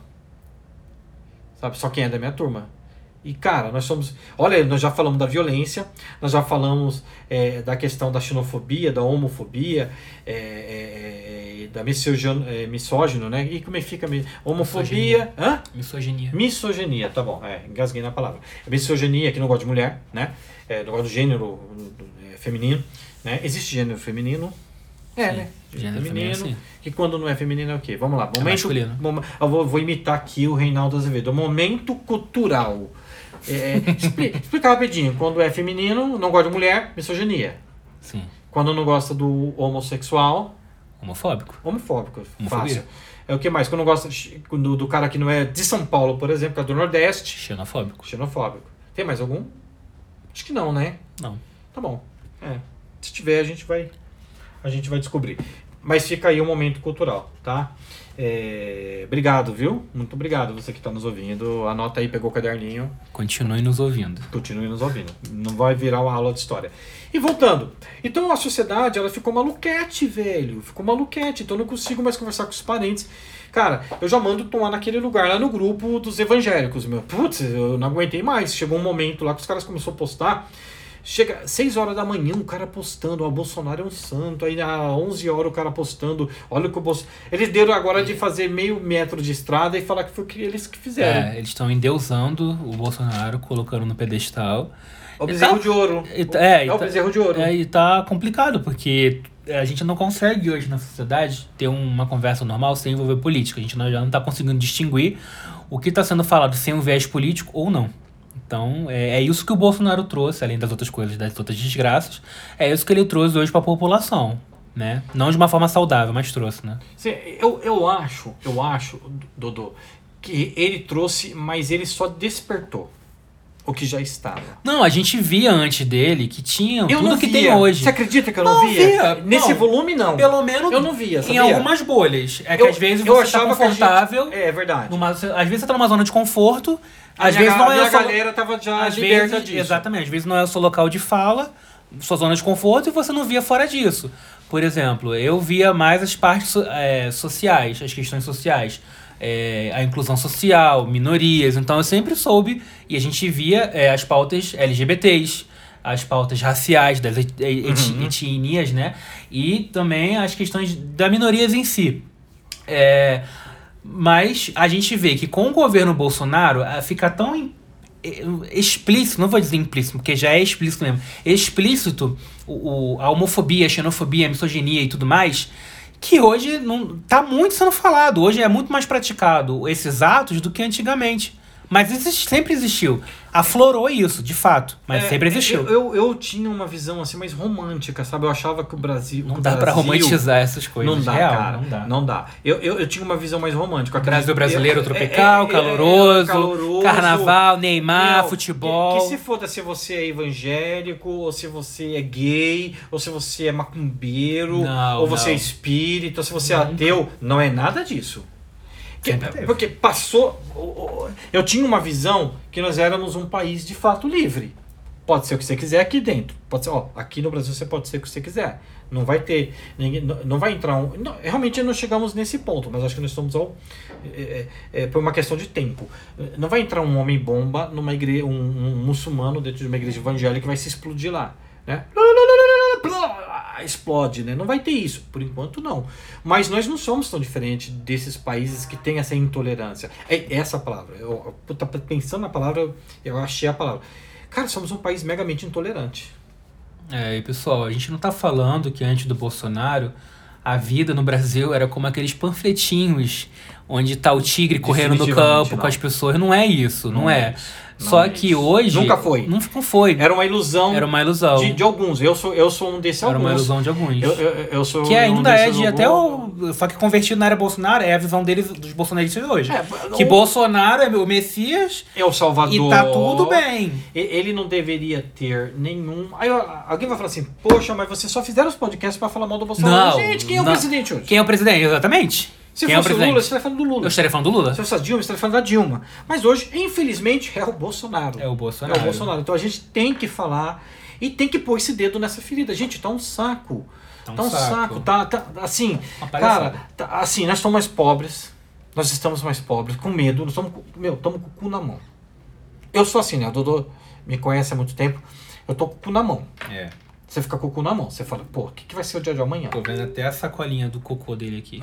S1: Sabe, só quem é da minha turma. E, cara, nós somos... Olha, nós já falamos da violência, nós já falamos é, da questão da xenofobia, da homofobia, é, é, da misogino, é, misógino, né? E como é que fica? Homofobia...
S2: Misoginia.
S1: Hã?
S2: Misoginia.
S1: Misoginia, tá bom. É, engasguei na palavra. Misoginia, que não gosta de mulher, né? É, não gosta do gênero é, feminino, né? Existe gênero feminino... É,
S2: sim,
S1: né?
S2: Gênero
S1: feminino,
S2: feminino,
S1: que quando não é feminino é o quê? Vamos lá.
S2: É
S1: Momento,
S2: masculino.
S1: mom, eu vou, vou imitar aqui o Reinaldo Azevedo. Momento cultural. É, explica, explica rapidinho. Quando é feminino, não gosta de mulher, misoginia.
S2: Sim.
S1: Quando não gosta do homossexual...
S2: Homofóbico.
S1: Homofóbico.
S2: Homofobia.
S1: Fácil. É o que mais? Quando não gosta do, do cara que não é de São Paulo, por exemplo, que é do Nordeste...
S2: Xenofóbico.
S1: Xenofóbico. Tem mais algum? Acho que não, né?
S2: Não.
S1: Tá bom. É. Se tiver, a gente vai... A gente vai descobrir. Mas fica aí um momento cultural, tá? É, obrigado, viu? Muito obrigado você que está nos ouvindo. Anota aí, pegou o caderninho.
S2: Continue nos ouvindo.
S1: Continue nos ouvindo. Não vai virar uma aula de história. E voltando. Então a sociedade, ela ficou maluquete, velho. Ficou maluquete. Então eu não consigo mais conversar com os parentes. Cara, eu já mando tomar naquele lugar, lá no grupo dos evangélicos, meu. Putz, eu não aguentei mais. Chegou um momento lá que os caras começaram a postar... Chega seis horas da manhã, o cara postando, o Bolsonaro é um santo, aí às onze horas o cara postando, olha o que o Bolsonaro... Eles deram agora de fazer meio metro de estrada e falar que foi eles que fizeram.
S2: É, eles estão endeusando o Bolsonaro, colocando no pedestal.
S1: O bezerro
S2: tá,
S1: de ouro.
S2: E, é,
S1: é o
S2: tá,
S1: bezerro de ouro.
S2: É, e tá complicado, porque a gente não consegue hoje na sociedade ter uma conversa normal sem envolver política. A gente não, já não tá conseguindo distinguir o que está sendo falado sem um viés político ou não. Então, é, é isso que o Bolsonaro trouxe, além das outras coisas, das outras desgraças, é isso que ele trouxe hoje para a população, né? Não de uma forma saudável, mas trouxe, né?
S1: Sim, eu, eu acho, eu acho, Dodô, que ele trouxe, mas ele só despertou o que já estava.
S2: Não, a gente via antes dele que tinha
S1: eu
S2: tudo
S1: não
S2: que
S1: via.
S2: tem hoje.
S1: Você acredita que eu não,
S2: não
S1: via?
S2: via?
S1: Nesse
S2: não.
S1: volume, não.
S2: Pelo menos
S1: eu não via, sabia?
S2: Em algumas bolhas. É que
S1: eu,
S2: às vezes
S1: eu
S2: você tá
S1: achava
S2: confortável.
S1: Que a gente... É, é verdade.
S2: Numa, às vezes você tá numa zona de conforto. Às
S1: a
S2: vezes
S1: minha,
S2: não é
S1: a
S2: só...
S1: galera tava já
S2: às
S1: liberta
S2: vezes,
S1: disso.
S2: Exatamente. Às vezes não é o seu local de fala, sua zona de conforto, e você não via fora disso. Por exemplo, eu via mais as partes é, sociais, as questões sociais. É, a inclusão social, minorias. Então eu sempre soube, e a gente via é, as pautas L G B Ts, as pautas raciais, das et- et-
S1: Uhum.
S2: etnias, né? E também as questões das minorias em si. É, mas a gente vê que com o governo Bolsonaro ah, fica tão im- eh, explícito, não vou dizer implícito, porque já é explícito mesmo, explícito o, o- a homofobia, a xenofobia, a misoginia e tudo mais, que hoje não tá muito sendo falado. Hoje é muito mais praticado esses atos do que antigamente. Mas existe, sempre existiu. Aflorou isso, de fato. Mas
S1: É,
S2: sempre existiu.
S1: Eu, eu, eu tinha uma visão assim mais romântica, sabe? Eu achava que o Brasil...
S2: Não
S1: que o
S2: dá pra
S1: Brasil-
S2: romantizar essas coisas.
S1: Não dá,
S2: Real,
S1: cara.
S2: não dá.
S1: Não dá. Eu, eu, eu tinha uma visão mais romântica.
S2: O Brasil brasileiro
S1: Eu-
S2: tropical,
S1: é- é- é-
S2: caloroso,
S1: caloroso,
S2: carnaval, Neymar,
S1: Meu,
S2: futebol.
S1: Que, que se foda se você é evangélico, ou se você é gay, ou se você é macumbeiro,
S2: Não,
S1: ou você
S2: não.
S1: é espírita, ou se você é
S2: Nunca.
S1: ateu. Não é nada disso. Que-
S2: Sempre teve.
S1: porque passou... Eu tinha uma visão que nós éramos um país de fato livre. Pode ser o que você quiser aqui dentro. Pode ser, ó, aqui no Brasil você pode ser o que você quiser. Não vai ter, ninguém, não, não vai entrar um. Não, realmente não chegamos nesse ponto, mas acho que nós estamos ao, é, é, é, por uma questão de tempo. Não vai entrar um homem bomba numa igreja, um, um muçulmano dentro de uma igreja evangélica que vai se explodir lá, né? Explode, né? Não vai ter isso, por enquanto não. Mas nós não somos tão diferentes desses países que têm essa intolerância. É essa palavra. Eu, eu tô pensando na palavra, eu achei a palavra. Cara, somos um país megamente intolerante.
S2: É, e pessoal, a gente não tá falando que antes do Bolsonaro a vida no Brasil era como aqueles panfletinhos onde tá o tigre correndo no campo
S1: não.
S2: com as pessoas. Não é isso, não,
S1: Não
S2: é.
S1: é isso. Não
S2: Só
S1: é
S2: que
S1: isso.
S2: hoje...
S1: Nunca foi.
S2: Não, não foi.
S1: Era uma ilusão,
S2: Era uma ilusão.
S1: de, de alguns. Eu sou, eu sou um desses
S2: Era
S1: alguns.
S2: uma ilusão de alguns.
S1: Eu, eu, eu sou
S2: Que
S1: um
S2: ainda é
S1: desses
S2: de
S1: alguns.
S2: até o... Só que convertido na era Bolsonaro é a visão deles, dos bolsonaristas hoje.
S1: É,
S2: que
S1: o-
S2: Bolsonaro é o Messias
S1: É o Salvador.
S2: e tá tudo bem.
S1: E- Ele não deveria ter nenhum... Aí ó, alguém vai falar assim, poxa, mas vocês só fizeram os podcasts pra falar mal do Bolsonaro.
S2: Não.
S1: Gente, quem é o
S2: não.
S1: presidente hoje?
S2: Quem é o presidente? Exatamente.
S1: Se
S2: Quem é o
S1: fosse o
S2: presidente?
S1: Lula, você estaria falando do Lula.
S2: Eu estaria falando do Lula?
S1: Se fosse a Dilma, você estaria falando da Dilma. Mas hoje, infelizmente, é o Bolsonaro.
S2: É o Bolsonaro.
S1: É o Bolsonaro. Então a gente tem que falar e tem que pôr esse dedo nessa ferida. Gente, tá um saco.
S2: Tá um
S1: Tá um saco.
S2: saco.
S1: Tá, tá, assim,
S2: Uma palhaçada.
S1: cara, tá, assim, nós estamos mais pobres. Nós estamos mais pobres, com medo. Nós estamos, com- meu, estamos com o cu na mão. Eu sou assim, né? O Dodô me conhece há muito tempo. Eu tô com o cu na mão.
S2: É.
S1: Você fica com o cu na mão. Você fala, pô, o que, que vai ser o dia de amanhã?
S2: Tô vendo até a sacolinha do cocô dele aqui.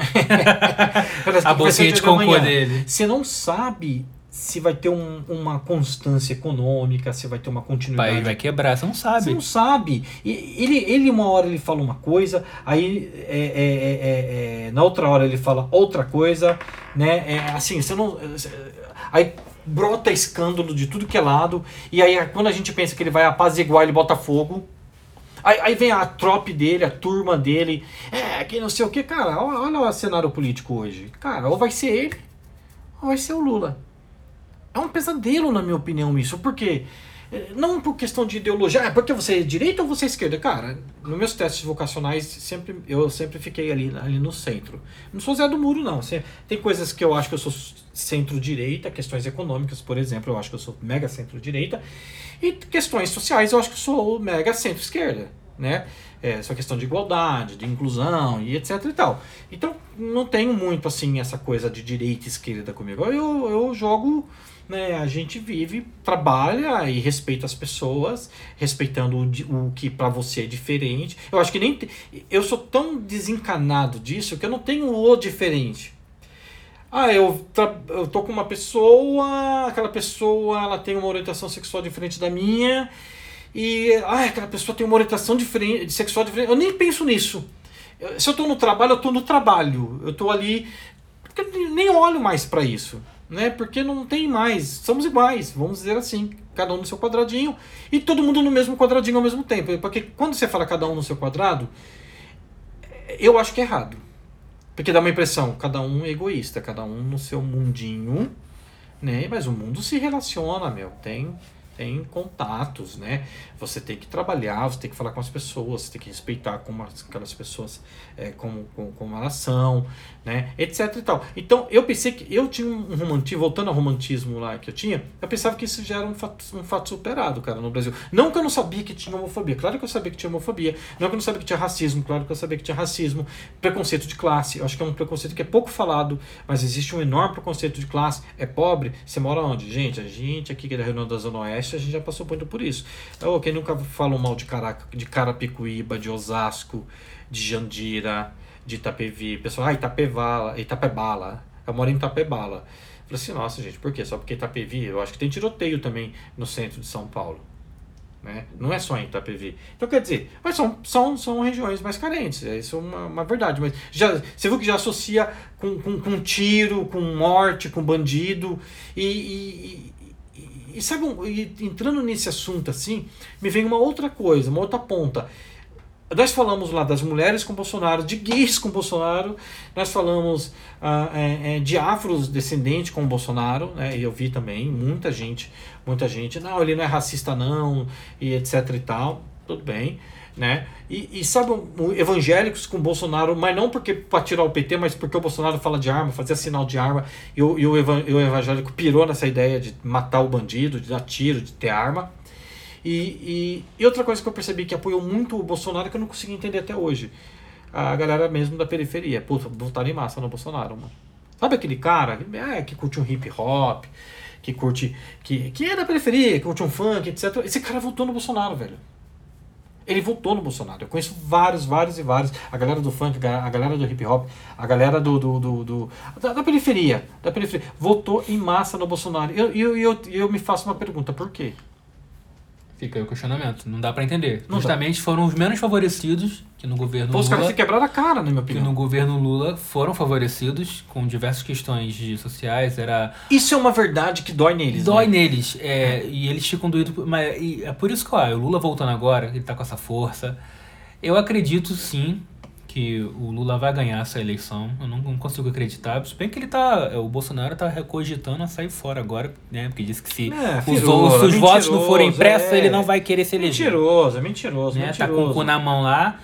S1: Parece
S2: A
S1: que vai ser o
S2: bolsinha
S1: dia
S2: de cocô
S1: amanhã.
S2: dele.
S1: Você não sabe se vai ter um- uma constância econômica, se vai ter uma continuidade.
S2: Vai, vai quebrar, você não
S1: Você
S2: sabe.
S1: não sabe. E ele, ele, uma hora, ele fala uma coisa, aí é, é, é, é, na outra hora ele fala outra coisa, né? É, assim, você não. Aí brota escândalo de tudo que é lado, e aí quando a gente pensa que ele vai apaziguar, ele bota fogo. Aí, aí vem a trope dele, a turma dele, é, que não sei o que, cara, olha, olha o cenário político hoje. Cara, ou vai ser ele, ou vai ser o Lula. É um pesadelo, na minha opinião, isso. Por quê? Eh, Não por questão de ideologia. Ah, porque você é direita ou você é esquerda? Cara, nos meus testes vocacionais, sempre, eu sempre fiquei ali, ali no centro. Não sou Zé do Muro, não. Você- Tem coisas que eu acho que eu sou centro-direita, questões econômicas, por exemplo, eu acho que eu sou mega centro-direita. E questões sociais, eu acho que eu sou mega centro-esquerda, né? É, essa questão de igualdade, de inclusão e etc e tal. Então, não tenho muito, assim, essa coisa de direita e esquerda comigo. Eu, eu jogo... Né, a gente vive, trabalha e respeita as pessoas, respeitando o, di- o que pra você é diferente. Eu acho que nem. te- Eu sou tão desencanado disso que eu não tenho o diferente. Ah, eu, tra- eu tô com uma pessoa, aquela pessoa ela tem uma orientação sexual diferente da minha, e ah, aquela pessoa tem uma orientação diferente, sexual diferente. Eu nem penso nisso. Eu- se eu tô no trabalho, eu tô no trabalho. Eu tô ali. Porque eu nem olho mais pra isso. Né? Porque não tem mais, somos iguais, vamos dizer assim, cada um no seu quadradinho e todo mundo no mesmo quadradinho ao mesmo tempo, porque quando você fala cada um no seu quadrado, eu acho que é errado, porque dá uma impressão, cada um é egoísta, cada um no seu mundinho, né? Mas o mundo se relaciona, meu, tem, tem contatos, né? Você tem que trabalhar, você tem que falar com as pessoas, você tem que respeitar como as- aquelas pessoas, é, como, como, como elas são, né? Etc e tal. Então, eu pensei que eu tinha um romantismo, voltando ao romantismo lá que eu tinha, eu pensava que isso já era um fato, um fato superado, cara, no Brasil. Não que eu não sabia que tinha homofobia, claro que eu sabia que tinha homofobia. Não que eu não sabia que tinha racismo, claro que eu sabia que tinha racismo. Preconceito de classe, eu acho que é um preconceito que é pouco falado, mas existe um enorme preconceito de classe. É pobre, você mora onde? Gente, a gente aqui que é da região da Zona Oeste, a gente já passou muito por isso. Oh, quem nunca falou mal de, Caraca, de Carapicuíba, de Osasco, de Jandira, de Itapevi, pessoal, ah, Itapebala, Itapebala, eu moro em Itapebala. Eu falei assim, nossa gente, por quê? Só porque Itapevi, eu acho que tem tiroteio também no centro de São Paulo. Né? Não é só em Itapevi. Então, quer dizer, mas são, são, são regiões mais carentes, é isso é uma, uma verdade. Mas já, você viu que já associa com, com, com tiro, com morte, com bandido, e, e, e sabe, um, e entrando nesse assunto assim, me vem uma outra coisa, uma outra ponta. Nós falamos lá das mulheres com Bolsonaro, de gays com Bolsonaro, nós falamos ah, é, é, de afrodescendentes com Bolsonaro, né? E eu vi também muita gente, muita gente, não, ele não é racista não, e etc e tal, tudo bem, né? E, e sabe, um, evangélicos com Bolsonaro, mas não porque para tirar o P T, mas porque o Bolsonaro fala de arma, fazia sinal de arma, e o, e o, evan, e o evangélico pirou nessa ideia de matar o bandido, de dar tiro, de ter arma. E, e, e outra coisa que eu percebi que apoiou muito o Bolsonaro, que eu não consegui entender até hoje, a galera mesmo da periferia. Puta, votaram em massa no Bolsonaro, mano. Sabe aquele cara é, que curte um hip hop, que curte. Que, que é da periferia, que curte um funk, etcétera. Esse cara votou no Bolsonaro, velho. Ele votou no Bolsonaro. Eu conheço vários, vários e vários. A galera do funk, a galera do hip hop, a galera do. do, do, do da, da periferia. Da periferia. Votou em massa no Bolsonaro. E eu, eu, eu, eu me faço uma pergunta, por quê?
S2: Fica aí o questionamento. Não dá pra entender.
S1: Não
S2: Justamente
S1: dá.
S2: Foram os menos favorecidos que no governo
S1: Pô,
S2: Lula...
S1: os caras se quebraram a cara, na minha
S2: que
S1: opinião.
S2: no governo Lula foram favorecidos com diversas questões de sociais. Era...
S1: Isso é uma verdade que dói neles,
S2: Dói
S1: né?
S2: neles. É, é. E eles ficam doídos. Mas e é por isso que ó, o Lula voltando agora, ele tá com essa força. Eu acredito sim que o Lula vai ganhar essa eleição. Eu não, não consigo acreditar. Se bem que ele tá. O Bolsonaro tá cogitando a sair fora agora, né? Porque disse que se
S1: É,
S2: os,
S1: firola,
S2: se os votos não forem impressos,
S1: é.
S2: ele não vai querer se eleger.
S1: Mentiroso, é mentiroso,
S2: Né?
S1: mentiroso.
S2: Tá com o cu na mão lá.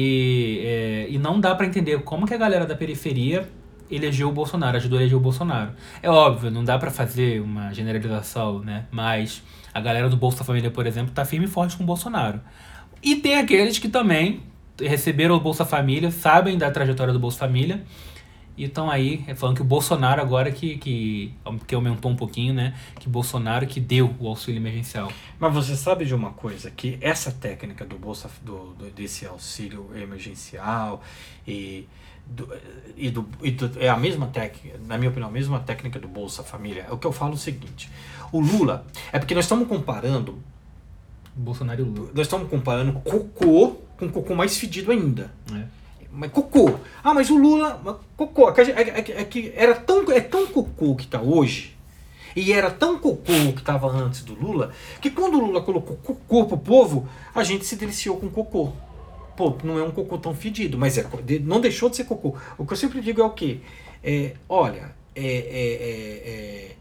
S2: E, é, e não dá pra entender como que a galera da periferia elegeu o Bolsonaro, ajudou a eleger o Bolsonaro. É óbvio, não dá pra fazer uma generalização, né? Mas a galera do Bolsa Família, por exemplo, tá firme e forte com o Bolsonaro. E tem aqueles que também receberam o Bolsa Família, sabem da trajetória do Bolsa Família e estão aí falando que o Bolsonaro agora que, que, que aumentou um pouquinho, né? Que Bolsonaro que deu o auxílio emergencial.
S1: Mas você sabe de uma coisa, que essa técnica do Bolsa, do, do, desse auxílio emergencial e, do, e, do, e do, é a mesma técnica, na minha opinião, a mesma técnica do Bolsa Família. É o que eu falo o seguinte, o Lula, é porque nós estamos comparando
S2: Bolsonaro e Lula.
S1: Nós estamos comparando cocô com cocô mais fedido ainda.
S2: É.
S1: Mas cocô. Ah, mas o Lula... Mas cocô. É que, é, é que era tão, é tão cocô que está hoje, e era tão cocô que estava antes do Lula, que quando o Lula colocou cocô pro povo, a gente se deliciou com cocô. Pô, não é um cocô tão fedido, mas é, não deixou de ser cocô. O que eu sempre digo é o quê? É, olha, é, é, é, é,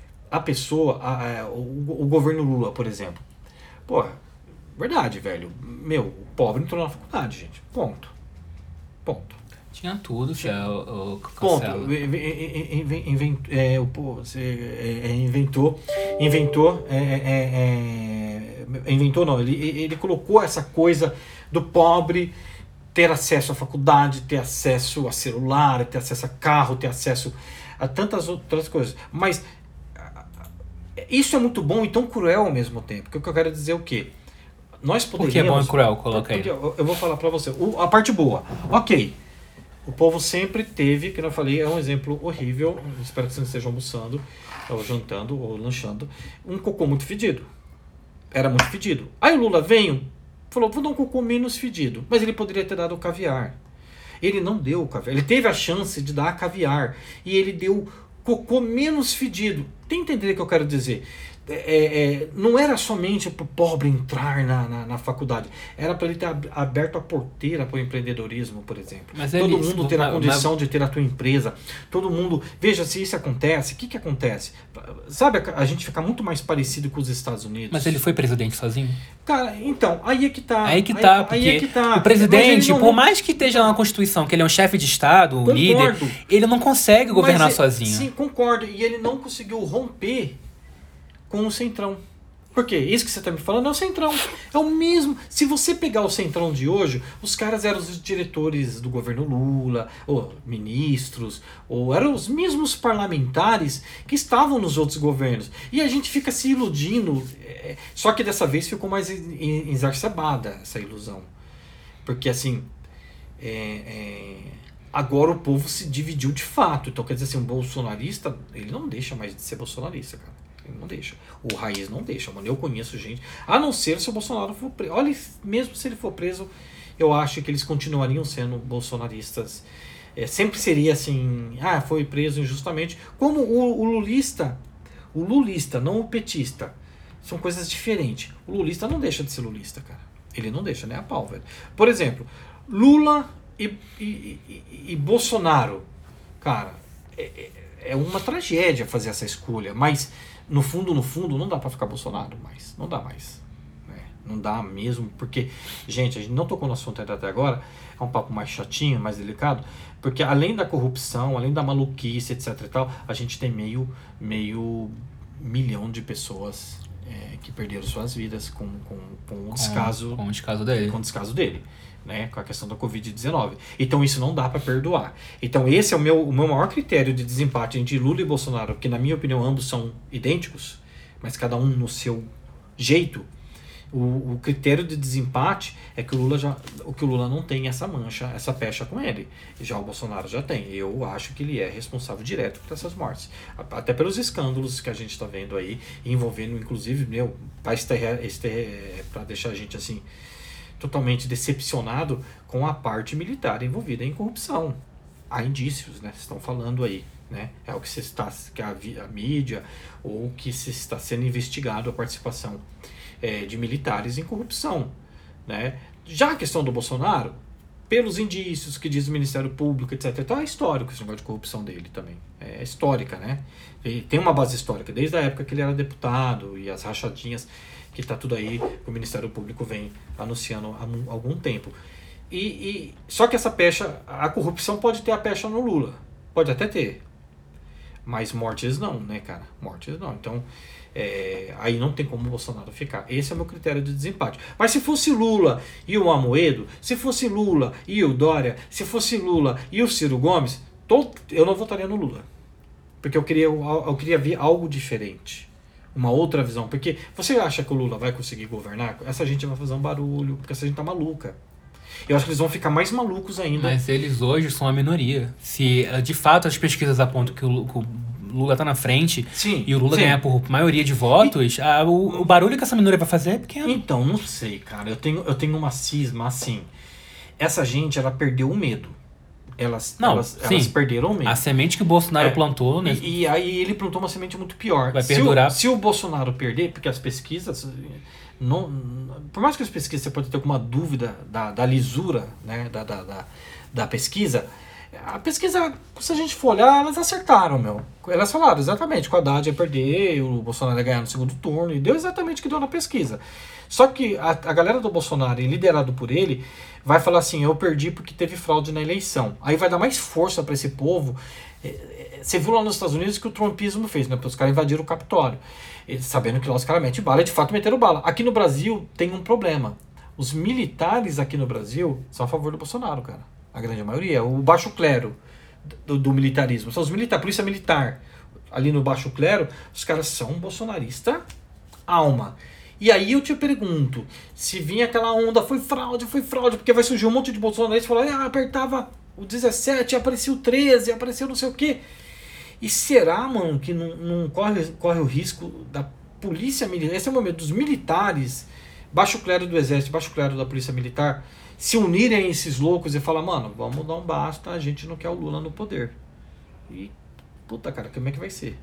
S1: a pessoa, a, a, o, o governo Lula, por exemplo, pô, verdade, velho. Meu, o pobre entrou na faculdade, gente. Ponto. Ponto.
S2: Tinha tudo, Tinha... O, o
S1: Ponto. Invent, é, o, você, é, inventou. Inventou. É, é, é, inventou não. Ele, ele colocou essa coisa do pobre ter acesso à faculdade, ter acesso a celular, ter acesso a carro, ter acesso a tantas outras coisas. Mas isso é muito bom e tão cruel ao mesmo tempo. Porque o que eu quero dizer é o quê? Nós poderíamos...
S2: Por que é bom e cruel? Coloca aí.
S1: Eu, eu vou falar pra você. O, a parte boa. Ok. O povo sempre teve, que eu falei, é um exemplo horrível. Espero que vocês não estejam almoçando, ou jantando, ou lanchando. Um cocô muito fedido. Era muito fedido. Aí o Lula veio, falou, vou dar um cocô menos fedido. Mas ele poderia ter dado o caviar. Ele não deu o caviar. Ele teve a chance de dar caviar. E ele deu cocô menos fedido. Tem que entender o que eu quero dizer? É, é, não era somente para o pobre entrar na, na, na faculdade, era para ele ter aberto a porteira para o empreendedorismo, por exemplo. Mas todo ele, mundo ter a condição mas... de ter a tua empresa, todo mundo, veja se isso acontece, o que que acontece? Sabe, a, a gente fica muito mais parecido com os Estados Unidos.
S2: Mas ele foi presidente sozinho?
S1: Cara, então, aí é que tá.
S2: Aí que tá, aí, porque aí é que tá. O presidente, não... por mais que esteja na Constituição, que ele é um chefe de Estado, um concordo. líder, ele não consegue governar
S1: mas,
S2: sozinho.
S1: Sim, concordo, e ele não conseguiu romper com o Centrão. Por quê? Isso que você está me falando é o Centrão. É o mesmo. Se você pegar o Centrão de hoje, os caras eram os diretores do governo Lula, ou ministros, ou eram os mesmos parlamentares que estavam nos outros governos. E a gente fica se iludindo. É, só que dessa vez ficou mais exacerbada essa ilusão. Porque assim, é, é, agora o povo se dividiu de fato. Então quer dizer assim, um bolsonarista, ele não deixa mais de ser bolsonarista, cara. Não deixa. O Raiz não deixa, mano. Eu conheço gente. A não ser se o Bolsonaro for preso. Olha, mesmo se ele for preso, eu acho que eles continuariam sendo bolsonaristas. É, sempre seria assim, ah, foi preso injustamente. Como o, o lulista, o lulista, não o petista. São coisas diferentes. O lulista não deixa de ser lulista, cara. Ele não deixa nem a pau, velho. Por exemplo, Lula e, e, e, e Bolsonaro. Cara, é, é uma tragédia fazer essa escolha. Mas, no fundo, no fundo, não dá pra ficar Bolsonaro mais. Não dá mais. Né? Não dá mesmo. Porque, gente, a gente não tocou no assunto até agora. É um papo mais chatinho, mais delicado. Porque além da corrupção, além da maluquice, etc e tal, a gente tem meio, meio milhão de pessoas... É, que perderam suas vidas com, com, com o descaso,
S2: com o descaso dele.
S1: Com o descaso dele, né? Com a questão da covid dezenove. Então isso não dá para perdoar. Então esse é o meu, o meu maior critério de desempate entre Lula e Bolsonaro, porque na minha opinião ambos são idênticos, mas cada um no seu jeito. O, o critério de desempate é que o Lula já, o que o Lula não tem essa mancha, essa pecha com ele. Já o Bolsonaro já tem. Eu acho que ele é responsável direto por essas mortes. Até pelos escândalos que a gente está vendo aí, envolvendo, inclusive, meu, para deixar a gente assim totalmente decepcionado com a parte militar envolvida em corrupção. Há indícios, né? Estão falando aí. Né? É o que se está, que a, a mídia ou que se está sendo investigado a participação É, de militares em corrupção, né? Já a questão do Bolsonaro, pelos indícios que diz o Ministério Público, etc, então é histórico esse negócio de corrupção dele também, é histórica, né? E tem uma base histórica, desde a época que ele era deputado e as rachadinhas que tá tudo aí, que o Ministério Público vem anunciando há algum tempo. E, e, só que essa pecha, a corrupção pode ter a pecha no Lula, pode até ter, mas mortes não, né, cara? Mortes não, então... É, aí não tem como o Bolsonaro ficar. Esse é o meu critério de desempate. Mas se fosse Lula e o Amoedo, se fosse Lula e o Dória, se fosse Lula e o Ciro Gomes, tô, eu não votaria no Lula. Porque eu queria, eu queria ver algo diferente. Uma outra visão. Porque você acha que o Lula vai conseguir governar? Essa gente vai fazer um barulho, porque essa gente tá maluca. Eu acho que eles vão ficar mais malucos ainda.
S2: Mas eles hoje são a minoria. Se de fato as pesquisas apontam que o, que o Lula tá na frente, sim, e o Lula sim. ganhar por maioria de votos, e, a, o, o barulho que essa minoria vai fazer é pequeno.
S1: Então, não sei, cara. Eu tenho, eu tenho uma cisma assim. Essa gente, ela perdeu o medo. Elas,
S2: não,
S1: elas, elas perderam o medo.
S2: A semente que o Bolsonaro
S1: é,
S2: plantou, né?
S1: E, e aí ele plantou uma semente muito pior.
S2: Vai perdurar.
S1: Se o, se o Bolsonaro perder, porque as pesquisas... Não, por mais que as pesquisas você pode ter alguma dúvida da, da lisura, né, da, da, da, da pesquisa, a pesquisa, se a gente for olhar, elas acertaram, meu. Elas falaram exatamente que o Haddad ia perder, o Bolsonaro ia ganhar no segundo turno, e deu exatamente o que deu na pesquisa. Só que a, a galera do Bolsonaro, liderado por ele, vai falar assim, eu perdi porque teve fraude na eleição. Aí vai dar mais força para esse povo. Você viu lá nos Estados Unidos que o trumpismo fez, né? Porque os caras invadiram o Capitólio. Eles, sabendo que lá os caras metem bala, e de fato meteram bala. Aqui no Brasil tem um problema. Os militares aqui no Brasil são a favor do Bolsonaro, cara. A grande maioria. O baixo clero do, do militarismo. São os militares, polícia militar. Ali no baixo clero, os caras são bolsonarista alma. E aí eu te pergunto, se vinha aquela onda, foi fraude, foi fraude, porque vai surgir um monte de bolsonaristas falando, ah, apertava o dezessete, apareceu o treze, apareceu não sei o quê. E será, mano, que não, não corre, corre o risco da polícia militar, esse é o momento dos militares, baixo clero do exército, baixo clero da polícia militar, se unirem a esses loucos e falar, mano, vamos dar um basta, a gente não quer o Lula no poder. E, puta, cara, como é que vai ser?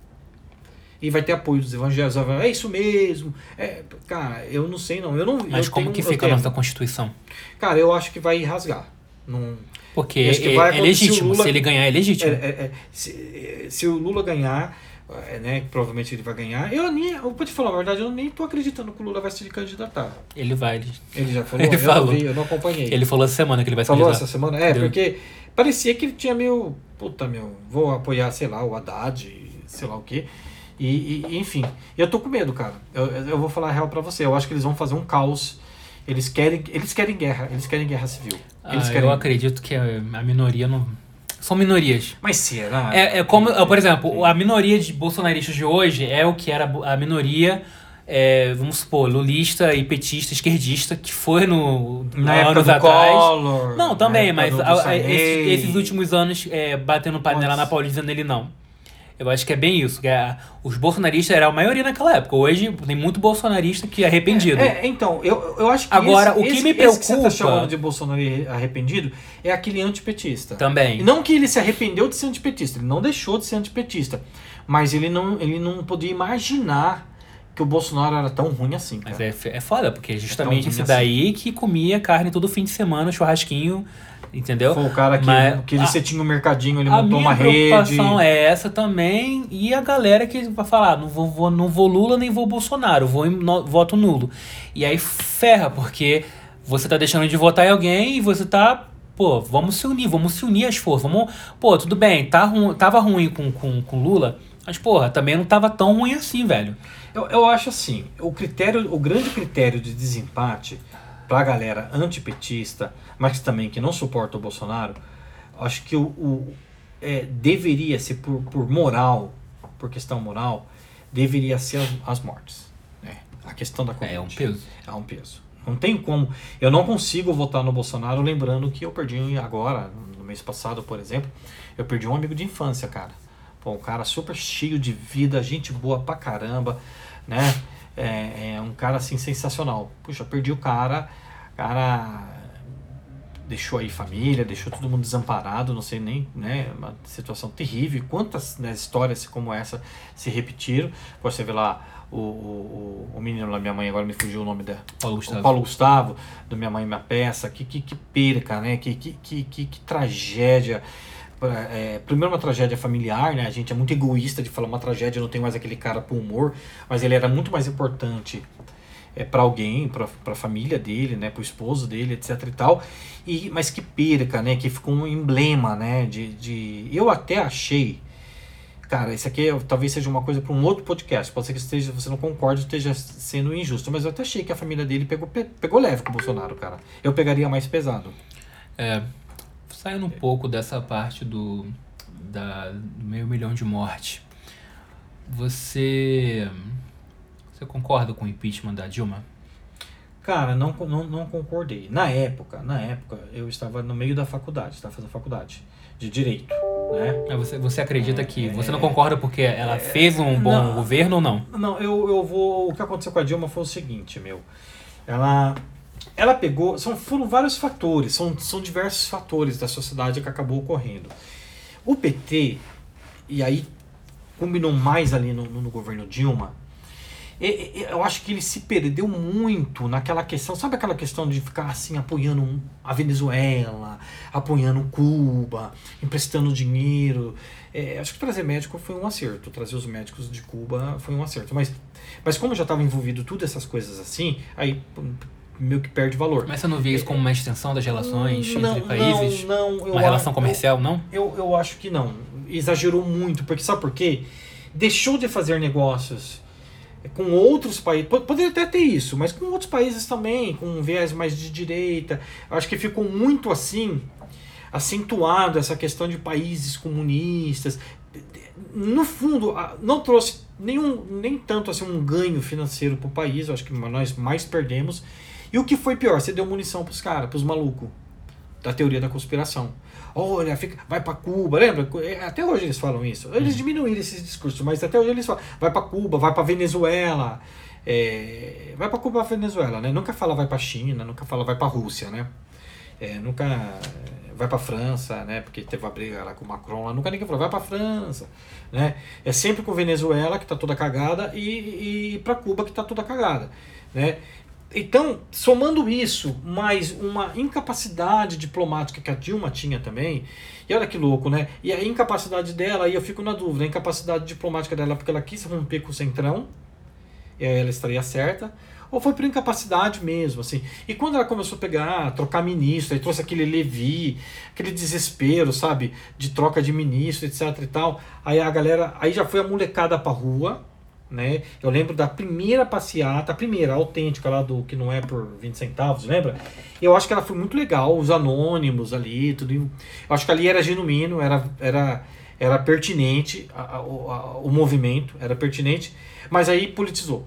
S1: E vai ter apoio dos evangélicos, é isso mesmo. É, cara, eu não sei não. Eu não
S2: Mas
S1: eu
S2: como
S1: tenho,
S2: que fica a nossa Constituição?
S1: Cara, eu acho que vai rasgar. Não,
S2: Porque é, é legítimo, Lula, se ele ganhar é legítimo.
S1: É, é, é, se, se o Lula ganhar, é, né, provavelmente ele vai ganhar. Eu nem, eu vou te falar a verdade, eu nem tô acreditando que o Lula vai se candidatar.
S2: Ele vai. Ele,
S1: ele já falou?
S2: Ele
S1: eu
S2: falou.
S1: Não vi, eu não acompanhei.
S2: Ele falou essa semana que ele vai se
S1: falou
S2: candidatar.
S1: Falou essa semana? É, Deu. Porque parecia que ele tinha meio, puta meu, vou apoiar, sei lá, o Haddad, sei lá o quê. E, e, enfim, eu tô com medo, cara. Eu, eu vou falar a real pra você. Eu acho que eles vão fazer um caos. Eles querem, eles querem guerra. Eles querem guerra civil. Eles
S2: ah,
S1: querem...
S2: Eu acredito que a, a minoria não... São minorias.
S1: Mas será?
S2: É, é como, por exemplo, a minoria de bolsonaristas de hoje é o que era a minoria, é, vamos supor, lulista e petista, esquerdista, que foi no,
S1: na época
S2: anos
S1: do
S2: atrás.
S1: Collor,
S2: não, também, mas
S1: do, do
S2: a, esses, esses últimos anos é, batendo panela na Paulista nele, não. Eu acho que é bem isso. Que é, os bolsonaristas eram a maioria naquela época. Hoje tem muito bolsonarista que é arrependido.
S1: É, é então, eu, eu acho que
S2: agora,
S1: esse,
S2: o que
S1: esse,
S2: me preocupa...
S1: Esse que você tá chamando de bolsonarista arrependido é aquele antipetista.
S2: Também.
S1: Não que ele se arrependeu de ser antipetista. Ele não deixou de ser antipetista. Mas ele não, ele não podia imaginar que o Bolsonaro era tão ruim assim, cara.
S2: Mas é, é foda, porque é justamente
S1: é
S2: esse
S1: assim.
S2: daí que comia carne todo fim de semana, churrasquinho, entendeu?
S1: Foi o cara que,
S2: Mas
S1: que ele
S2: a,
S1: você tinha um mercadinho, ele
S2: a
S1: montou
S2: minha
S1: uma rede.
S2: A preocupação é essa também, e a galera que vai falar, não vou, vou, não vou Lula nem vou Bolsonaro, vou em no, voto nulo. E aí ferra, porque você tá deixando de votar em alguém e você tá... Pô, vamos se unir, vamos se unir as forças. Vamos, pô, tudo bem, tá ru, tava ruim com, com, com Lula, mas, porra, também não tava tão ruim assim, velho.
S1: Eu, eu acho assim, o critério, o grande critério de desempate pra galera antipetista, mas também que não suporta o Bolsonaro, acho que o, o é, deveria ser por, por moral, por questão moral, deveria ser as, as mortes. Né? A questão da Covid.
S2: É um peso.
S1: É um peso. Não tem como. Eu não consigo votar no Bolsonaro lembrando que eu perdi agora, no mês passado, por exemplo, eu perdi um amigo de infância, cara. Pô, um cara super cheio de vida, gente boa pra caramba, né? É, é um cara, assim, sensacional. Puxa, perdi o cara, cara deixou aí família, deixou todo mundo desamparado, não sei nem, né? Uma situação terrível. Quantas, né, histórias como essa se repetiram. Você vê lá o, o, o menino da minha mãe, agora me fugiu o nome dela.
S2: Paulo Gustavo.
S1: O Paulo Gustavo, do Minha Mãe Minha Peça. Que, que, que perca, né? Que, que, que, que, que tragédia. É, primeiro uma tragédia familiar, né? A gente é muito egoísta de falar uma tragédia, não tem mais aquele cara pro humor, mas ele era muito mais importante é, para alguém, para a família dele, né? Pro esposo dele, etc e tal. E, mas que perca, né? Que ficou um emblema, né? De, de... Eu até achei, cara, isso aqui é, talvez seja uma coisa para um outro podcast, pode ser que esteja, você não concorde, esteja sendo injusto, mas eu até achei que a família dele pegou, pegou leve com o Bolsonaro, cara. Eu pegaria mais pesado.
S2: É... Saindo um pouco dessa parte do, da, do meio milhão de mortes, você, você concorda com o impeachment da Dilma?
S1: Cara, não, não, não concordei. Na época, na época, eu estava no meio da faculdade, estava fazendo faculdade de Direito, né?
S2: Você, você acredita que... Você não concorda porque ela fez um bom
S1: não,
S2: governo ou não?
S1: Não, eu, eu vou... O que aconteceu com a Dilma foi o seguinte, meu. Ela... Ela pegou, são, foram vários fatores, são, são diversos fatores da sociedade que acabou ocorrendo. O P T, e aí combinou mais ali no, no, no governo Dilma, e, e, eu acho que ele se perdeu muito naquela questão, sabe aquela questão de ficar assim apoiando a Venezuela, apoiando Cuba, emprestando dinheiro. É, acho que trazer médico foi um acerto, trazer os médicos de Cuba foi um acerto, mas, mas como já estava envolvido tudo essas coisas assim, aí... meio que perde valor.
S2: Mas você não vê isso como uma extensão das relações
S1: não,
S2: entre países?
S1: Não, não. Eu
S2: uma relação
S1: acho,
S2: comercial,
S1: eu,
S2: não?
S1: Eu, eu acho que não. Exagerou muito, porque sabe por quê? Deixou de fazer negócios com outros países. Poderia até ter isso, mas com outros países também, com um viés mais de direita. Eu acho que ficou muito assim, acentuado essa questão de países comunistas. No fundo, não trouxe nenhum, nem tanto assim um ganho financeiro para o país. Eu acho que nós mais perdemos. E o que foi pior? Você deu munição pros caras, pros malucos da teoria da conspiração. Olha, fica, vai pra Cuba, lembra? Até hoje eles falam isso. Eles diminuíram esses discursos, mas até hoje eles falam, vai pra Cuba, vai pra Venezuela, é, vai pra Cuba, vai pra Venezuela, né? Nunca fala vai pra China, nunca fala vai pra Rússia, né? É, nunca vai pra França, né? Porque teve uma briga lá com o Macron lá, nunca ninguém falou vai pra França, né? É sempre com Venezuela, que tá toda cagada, e, e pra Cuba, que tá toda cagada, né? Então, somando isso, mais uma incapacidade diplomática que a Dilma tinha também, e olha que louco, né? E a incapacidade dela, aí eu fico na dúvida, a incapacidade diplomática dela porque ela quis romper com o Centrão, e aí ela estaria certa, ou foi por incapacidade mesmo, assim. E quando ela começou a pegar, trocar ministro, aí trouxe aquele Levi, aquele desespero, sabe? De troca de ministro, etc e tal, aí a galera, aí já foi a molecada pra rua, né? Eu lembro da primeira passeata, a primeira, a autêntica lá do que não é por vinte centavos, lembra? Eu acho que ela foi muito legal, os anônimos ali, tudo. Eu acho que ali era genuíno, era, era, era pertinente a, a, a, o movimento, era pertinente, mas aí politizou.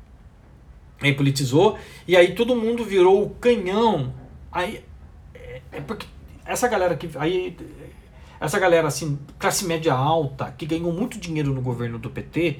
S1: Aí politizou, e aí todo mundo virou o canhão. Aí, é, é porque essa galera que. Aí, essa galera assim, classe média alta, que ganhou muito dinheiro no governo do P T.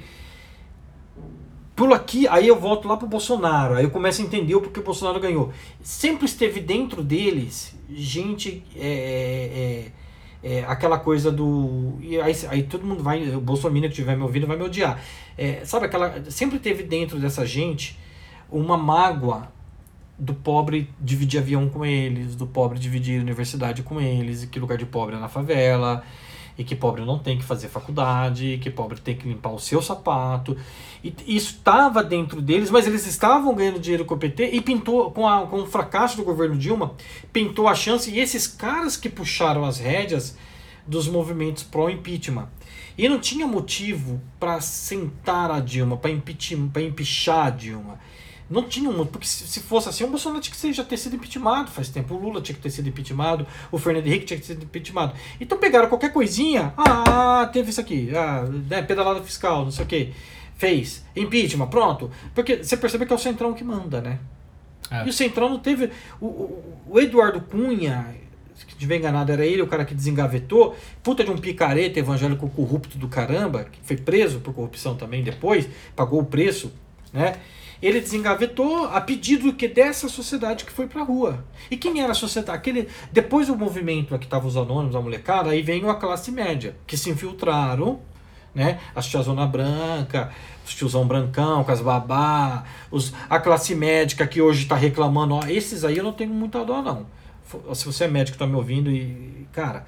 S1: Pulo aqui, aí eu volto lá pro Bolsonaro, aí eu começo a entender o porquê o Bolsonaro ganhou. Sempre esteve dentro deles gente é, é, É, aquela coisa do... E aí, aí todo mundo vai... O bolsominion que estiver me ouvindo vai me odiar. É, sabe aquela... Sempre teve dentro dessa gente uma mágoa do pobre dividir avião com eles, do pobre dividir universidade com eles, e que lugar de pobre é na favela, e que pobre não tem que fazer faculdade, e que pobre tem que limpar o seu sapato. E isso estava dentro deles, mas eles estavam ganhando dinheiro com o P T, e pintou, com, a, com o fracasso do governo Dilma, pintou a chance, e esses caras que puxaram as rédeas dos movimentos pró-impeachment. E não tinha motivo para sentar a Dilma, para empichar a Dilma. Não tinha um, porque se fosse assim, o Bolsonaro tinha que já ter sido impeachmentado faz tempo, o Lula tinha que ter sido impeachmentado, o Fernando Henrique tinha que ter sido impeachmentado. Então pegaram qualquer coisinha, ah, teve isso aqui, ah, né, pedalada fiscal, não sei o que, fez, impeachment, pronto. Porque você percebe que é o Centrão que manda, né? É. E o Centrão não teve... O, o, o Eduardo Cunha, se tiver enganado, era ele o cara que desengavetou, puta de um picareta evangélico corrupto do caramba, que foi preso por corrupção também depois, pagou o preço, né? Ele desengavetou a pedido que dessa sociedade que foi pra rua. E quem era a sociedade? Aquele, depois do movimento que estavam os anônimos, a molecada, aí veio a classe média, que se infiltraram, né? As tiazona branca, os tiozão brancão, com as babá, os, a classe médica que hoje está reclamando, ó, esses aí eu não tenho muita dó, não. Se você é médico e tá me ouvindo, e, cara,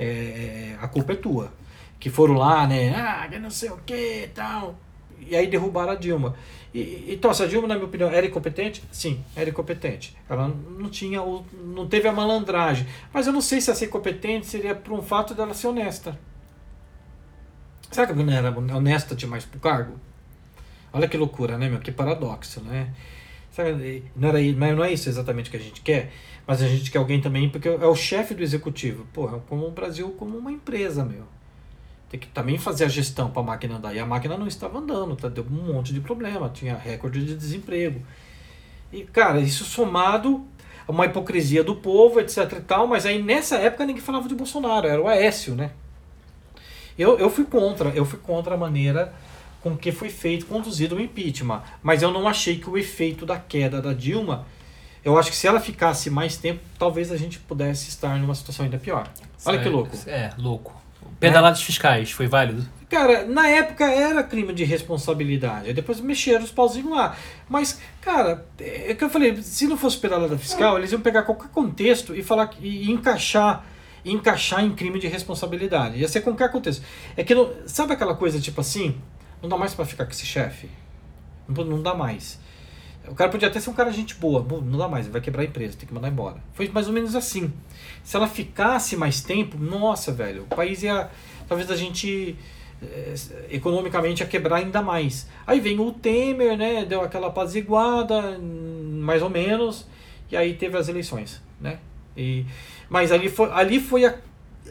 S1: é, a culpa é tua. Que foram lá, né? Ah, não sei o que e tal. E aí derrubaram a Dilma. E, então, essa Dilma, na minha opinião, era incompetente? Sim, era incompetente. Ela não tinha, o, não teve a malandragem. Mas eu não sei se essa incompetente seria por um fato dela ser honesta. Será que a menina era honesta demais pro cargo? Olha que loucura, né, meu? Que paradoxo, né? Sabe, não, era, não é isso exatamente que a gente quer, mas a gente quer alguém também, porque é o chefe do executivo. Pô, é como o Brasil como uma empresa, meu. Tem que também fazer a gestão para a máquina andar. E a máquina não estava andando, tá? Deu um monte de problema, tinha recorde de desemprego. E, cara, isso somado a uma hipocrisia do povo, etc e tal, mas aí nessa época ninguém falava de Bolsonaro, era o Aécio, né? Eu, eu fui contra, eu fui contra a maneira com que foi feito, conduzido o impeachment, mas eu não achei que o efeito da queda da Dilma, eu acho que se ela ficasse mais tempo, talvez a gente pudesse estar numa situação ainda pior. Olha
S2: é,
S1: que louco.
S2: É, louco. Pedaladas é. fiscais, foi válido?
S1: Cara, na época era crime de responsabilidade. Aí depois mexeram os pauzinhos lá. Mas, cara, é que eu falei, se não fosse pedalada fiscal, eles iam pegar qualquer contexto e falar e encaixar, e encaixar em crime de responsabilidade. Ia ser qualquer contexto. É que, não, sabe aquela coisa tipo assim, não dá mais pra ficar com esse chefe? Não, não dá mais. O cara podia até ser um cara de gente boa. Não dá mais, vai quebrar a empresa, tem que mandar embora. Foi mais ou menos assim. Se ela ficasse mais tempo, nossa, velho, o país ia, talvez a gente, eh, economicamente, ia quebrar ainda mais. Aí vem o Temer, né, deu aquela apaziguada, mais ou menos, e aí teve as eleições, né? E, mas ali foi, ali foi a,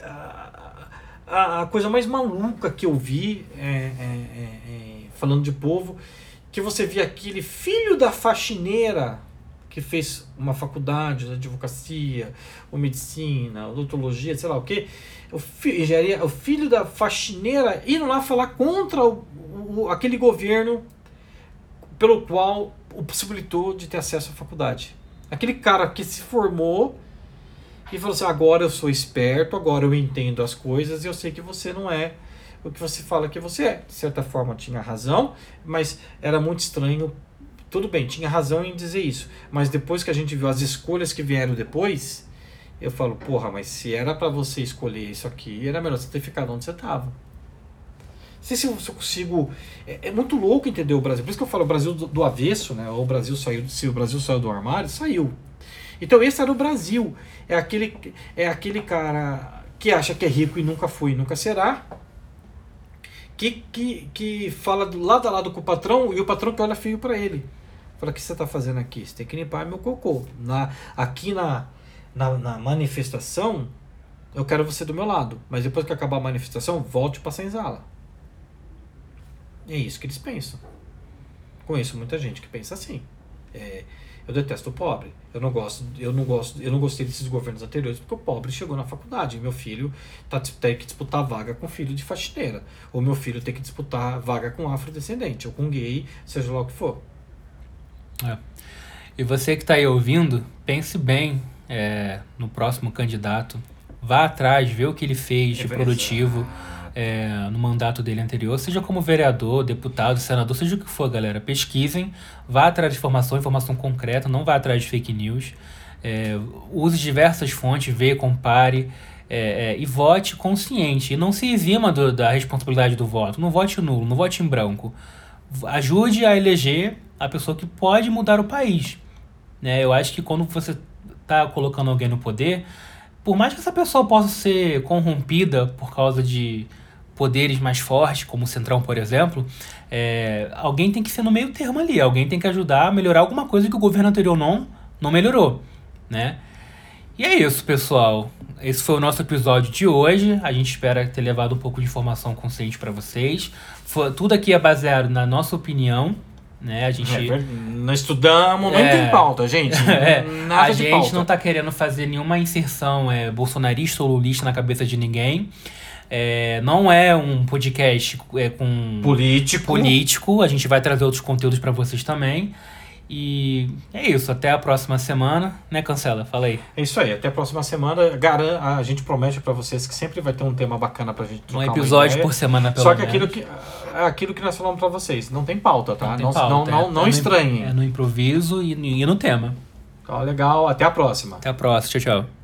S1: a, a coisa mais maluca que eu vi, é, é, é, falando de povo, que você via aquele filho da faxineira que fez uma faculdade de advocacia, ou medicina, odontologia, sei lá o quê, o, fi, engenharia, o filho da faxineira indo lá falar contra o, o, aquele governo pelo qual o possibilitou de ter acesso à faculdade. Aquele cara que se formou e falou assim, agora eu sou esperto, agora eu entendo as coisas e eu sei que você não é o que você fala que você é. De certa forma tinha razão, mas era muito estranho. Tudo bem, tinha razão em dizer isso, mas depois que a gente viu as escolhas que vieram depois, eu falo, porra, mas se era pra você escolher isso aqui, era melhor você ter ficado onde você tava. Não sei se eu, se eu consigo... É, é muito louco entender o Brasil, por isso que eu falo o Brasil do, do avesso, né? O Brasil saiu, se o Brasil saiu do armário, saiu. Então esse era o Brasil, é aquele, é aquele cara que acha que é rico e nunca foi e nunca será, que, que, que fala do lado a lado com o patrão e o patrão que olha feio pra ele. Fala, o que você está fazendo aqui? Você tem que limpar meu cocô. Na, aqui na, na, na manifestação, eu quero você do meu lado. Mas depois que acabar a manifestação, volte para a senzala. E é isso que eles pensam. Conheço muita gente que pensa assim. É, eu detesto o pobre. Eu não gosto, eu não gosto, eu não gostei desses governos anteriores porque o pobre chegou na faculdade. E meu filho tá, tem que disputar vaga com filho de faxineira. Ou meu filho tem que disputar vaga com afrodescendente, ou com gay, seja lá o que for.
S2: É. E você que está aí ouvindo, pense bem é, no próximo candidato vá atrás, vê o que ele fez de
S1: É
S2: produtivo é, no mandato dele anterior, seja como vereador, deputado, senador, seja o que for, galera. Pesquisem, vá atrás de informação, informação concreta, não vá atrás de fake news. É, use diversas fontes, vê, compare é, é, e vote consciente. E não se exima do, da responsabilidade do voto. Não vote nulo, não vote em branco. Ajude a eleger a pessoa que pode mudar o país. Né? Eu acho que quando você está colocando alguém no poder, por mais que essa pessoa possa ser corrompida por causa de poderes mais fortes, como o Centrão, por exemplo, é, alguém tem que ser no meio termo ali. Alguém tem que ajudar a melhorar alguma coisa que o governo anterior não, não melhorou. Né? E é isso, pessoal. Esse foi o nosso episódio de hoje. A gente espera ter levado um pouco de informação consciente para vocês. Foi, tudo aqui é baseado na nossa opinião, né? A gente
S1: é, não estudamos, não
S2: é,
S1: tem pauta, gente.
S2: É,
S1: Nada
S2: a
S1: de
S2: gente
S1: pauta.
S2: não tá querendo fazer nenhuma inserção é, bolsonarista ou lulista na cabeça de ninguém. É, não é um podcast é, com
S1: político.
S2: político. A gente vai trazer outros conteúdos para vocês também. E é isso, até a próxima semana, né, Cancela? Fala aí.
S1: É isso aí, até a próxima semana. Garan, a gente promete pra vocês que sempre vai ter um tema bacana pra gente trocar
S2: um episódio por semana, pelo
S1: menos. Só que
S2: menos.
S1: aquilo que, aquilo que nós falamos pra vocês, não tem pauta, tá?
S2: Não, tem
S1: não,
S2: pauta,
S1: não, não,
S2: é,
S1: não
S2: é
S1: estranhem.
S2: No, é no improviso e, e no tema.
S1: Tá legal, até a próxima.
S2: Até a próxima, tchau, tchau.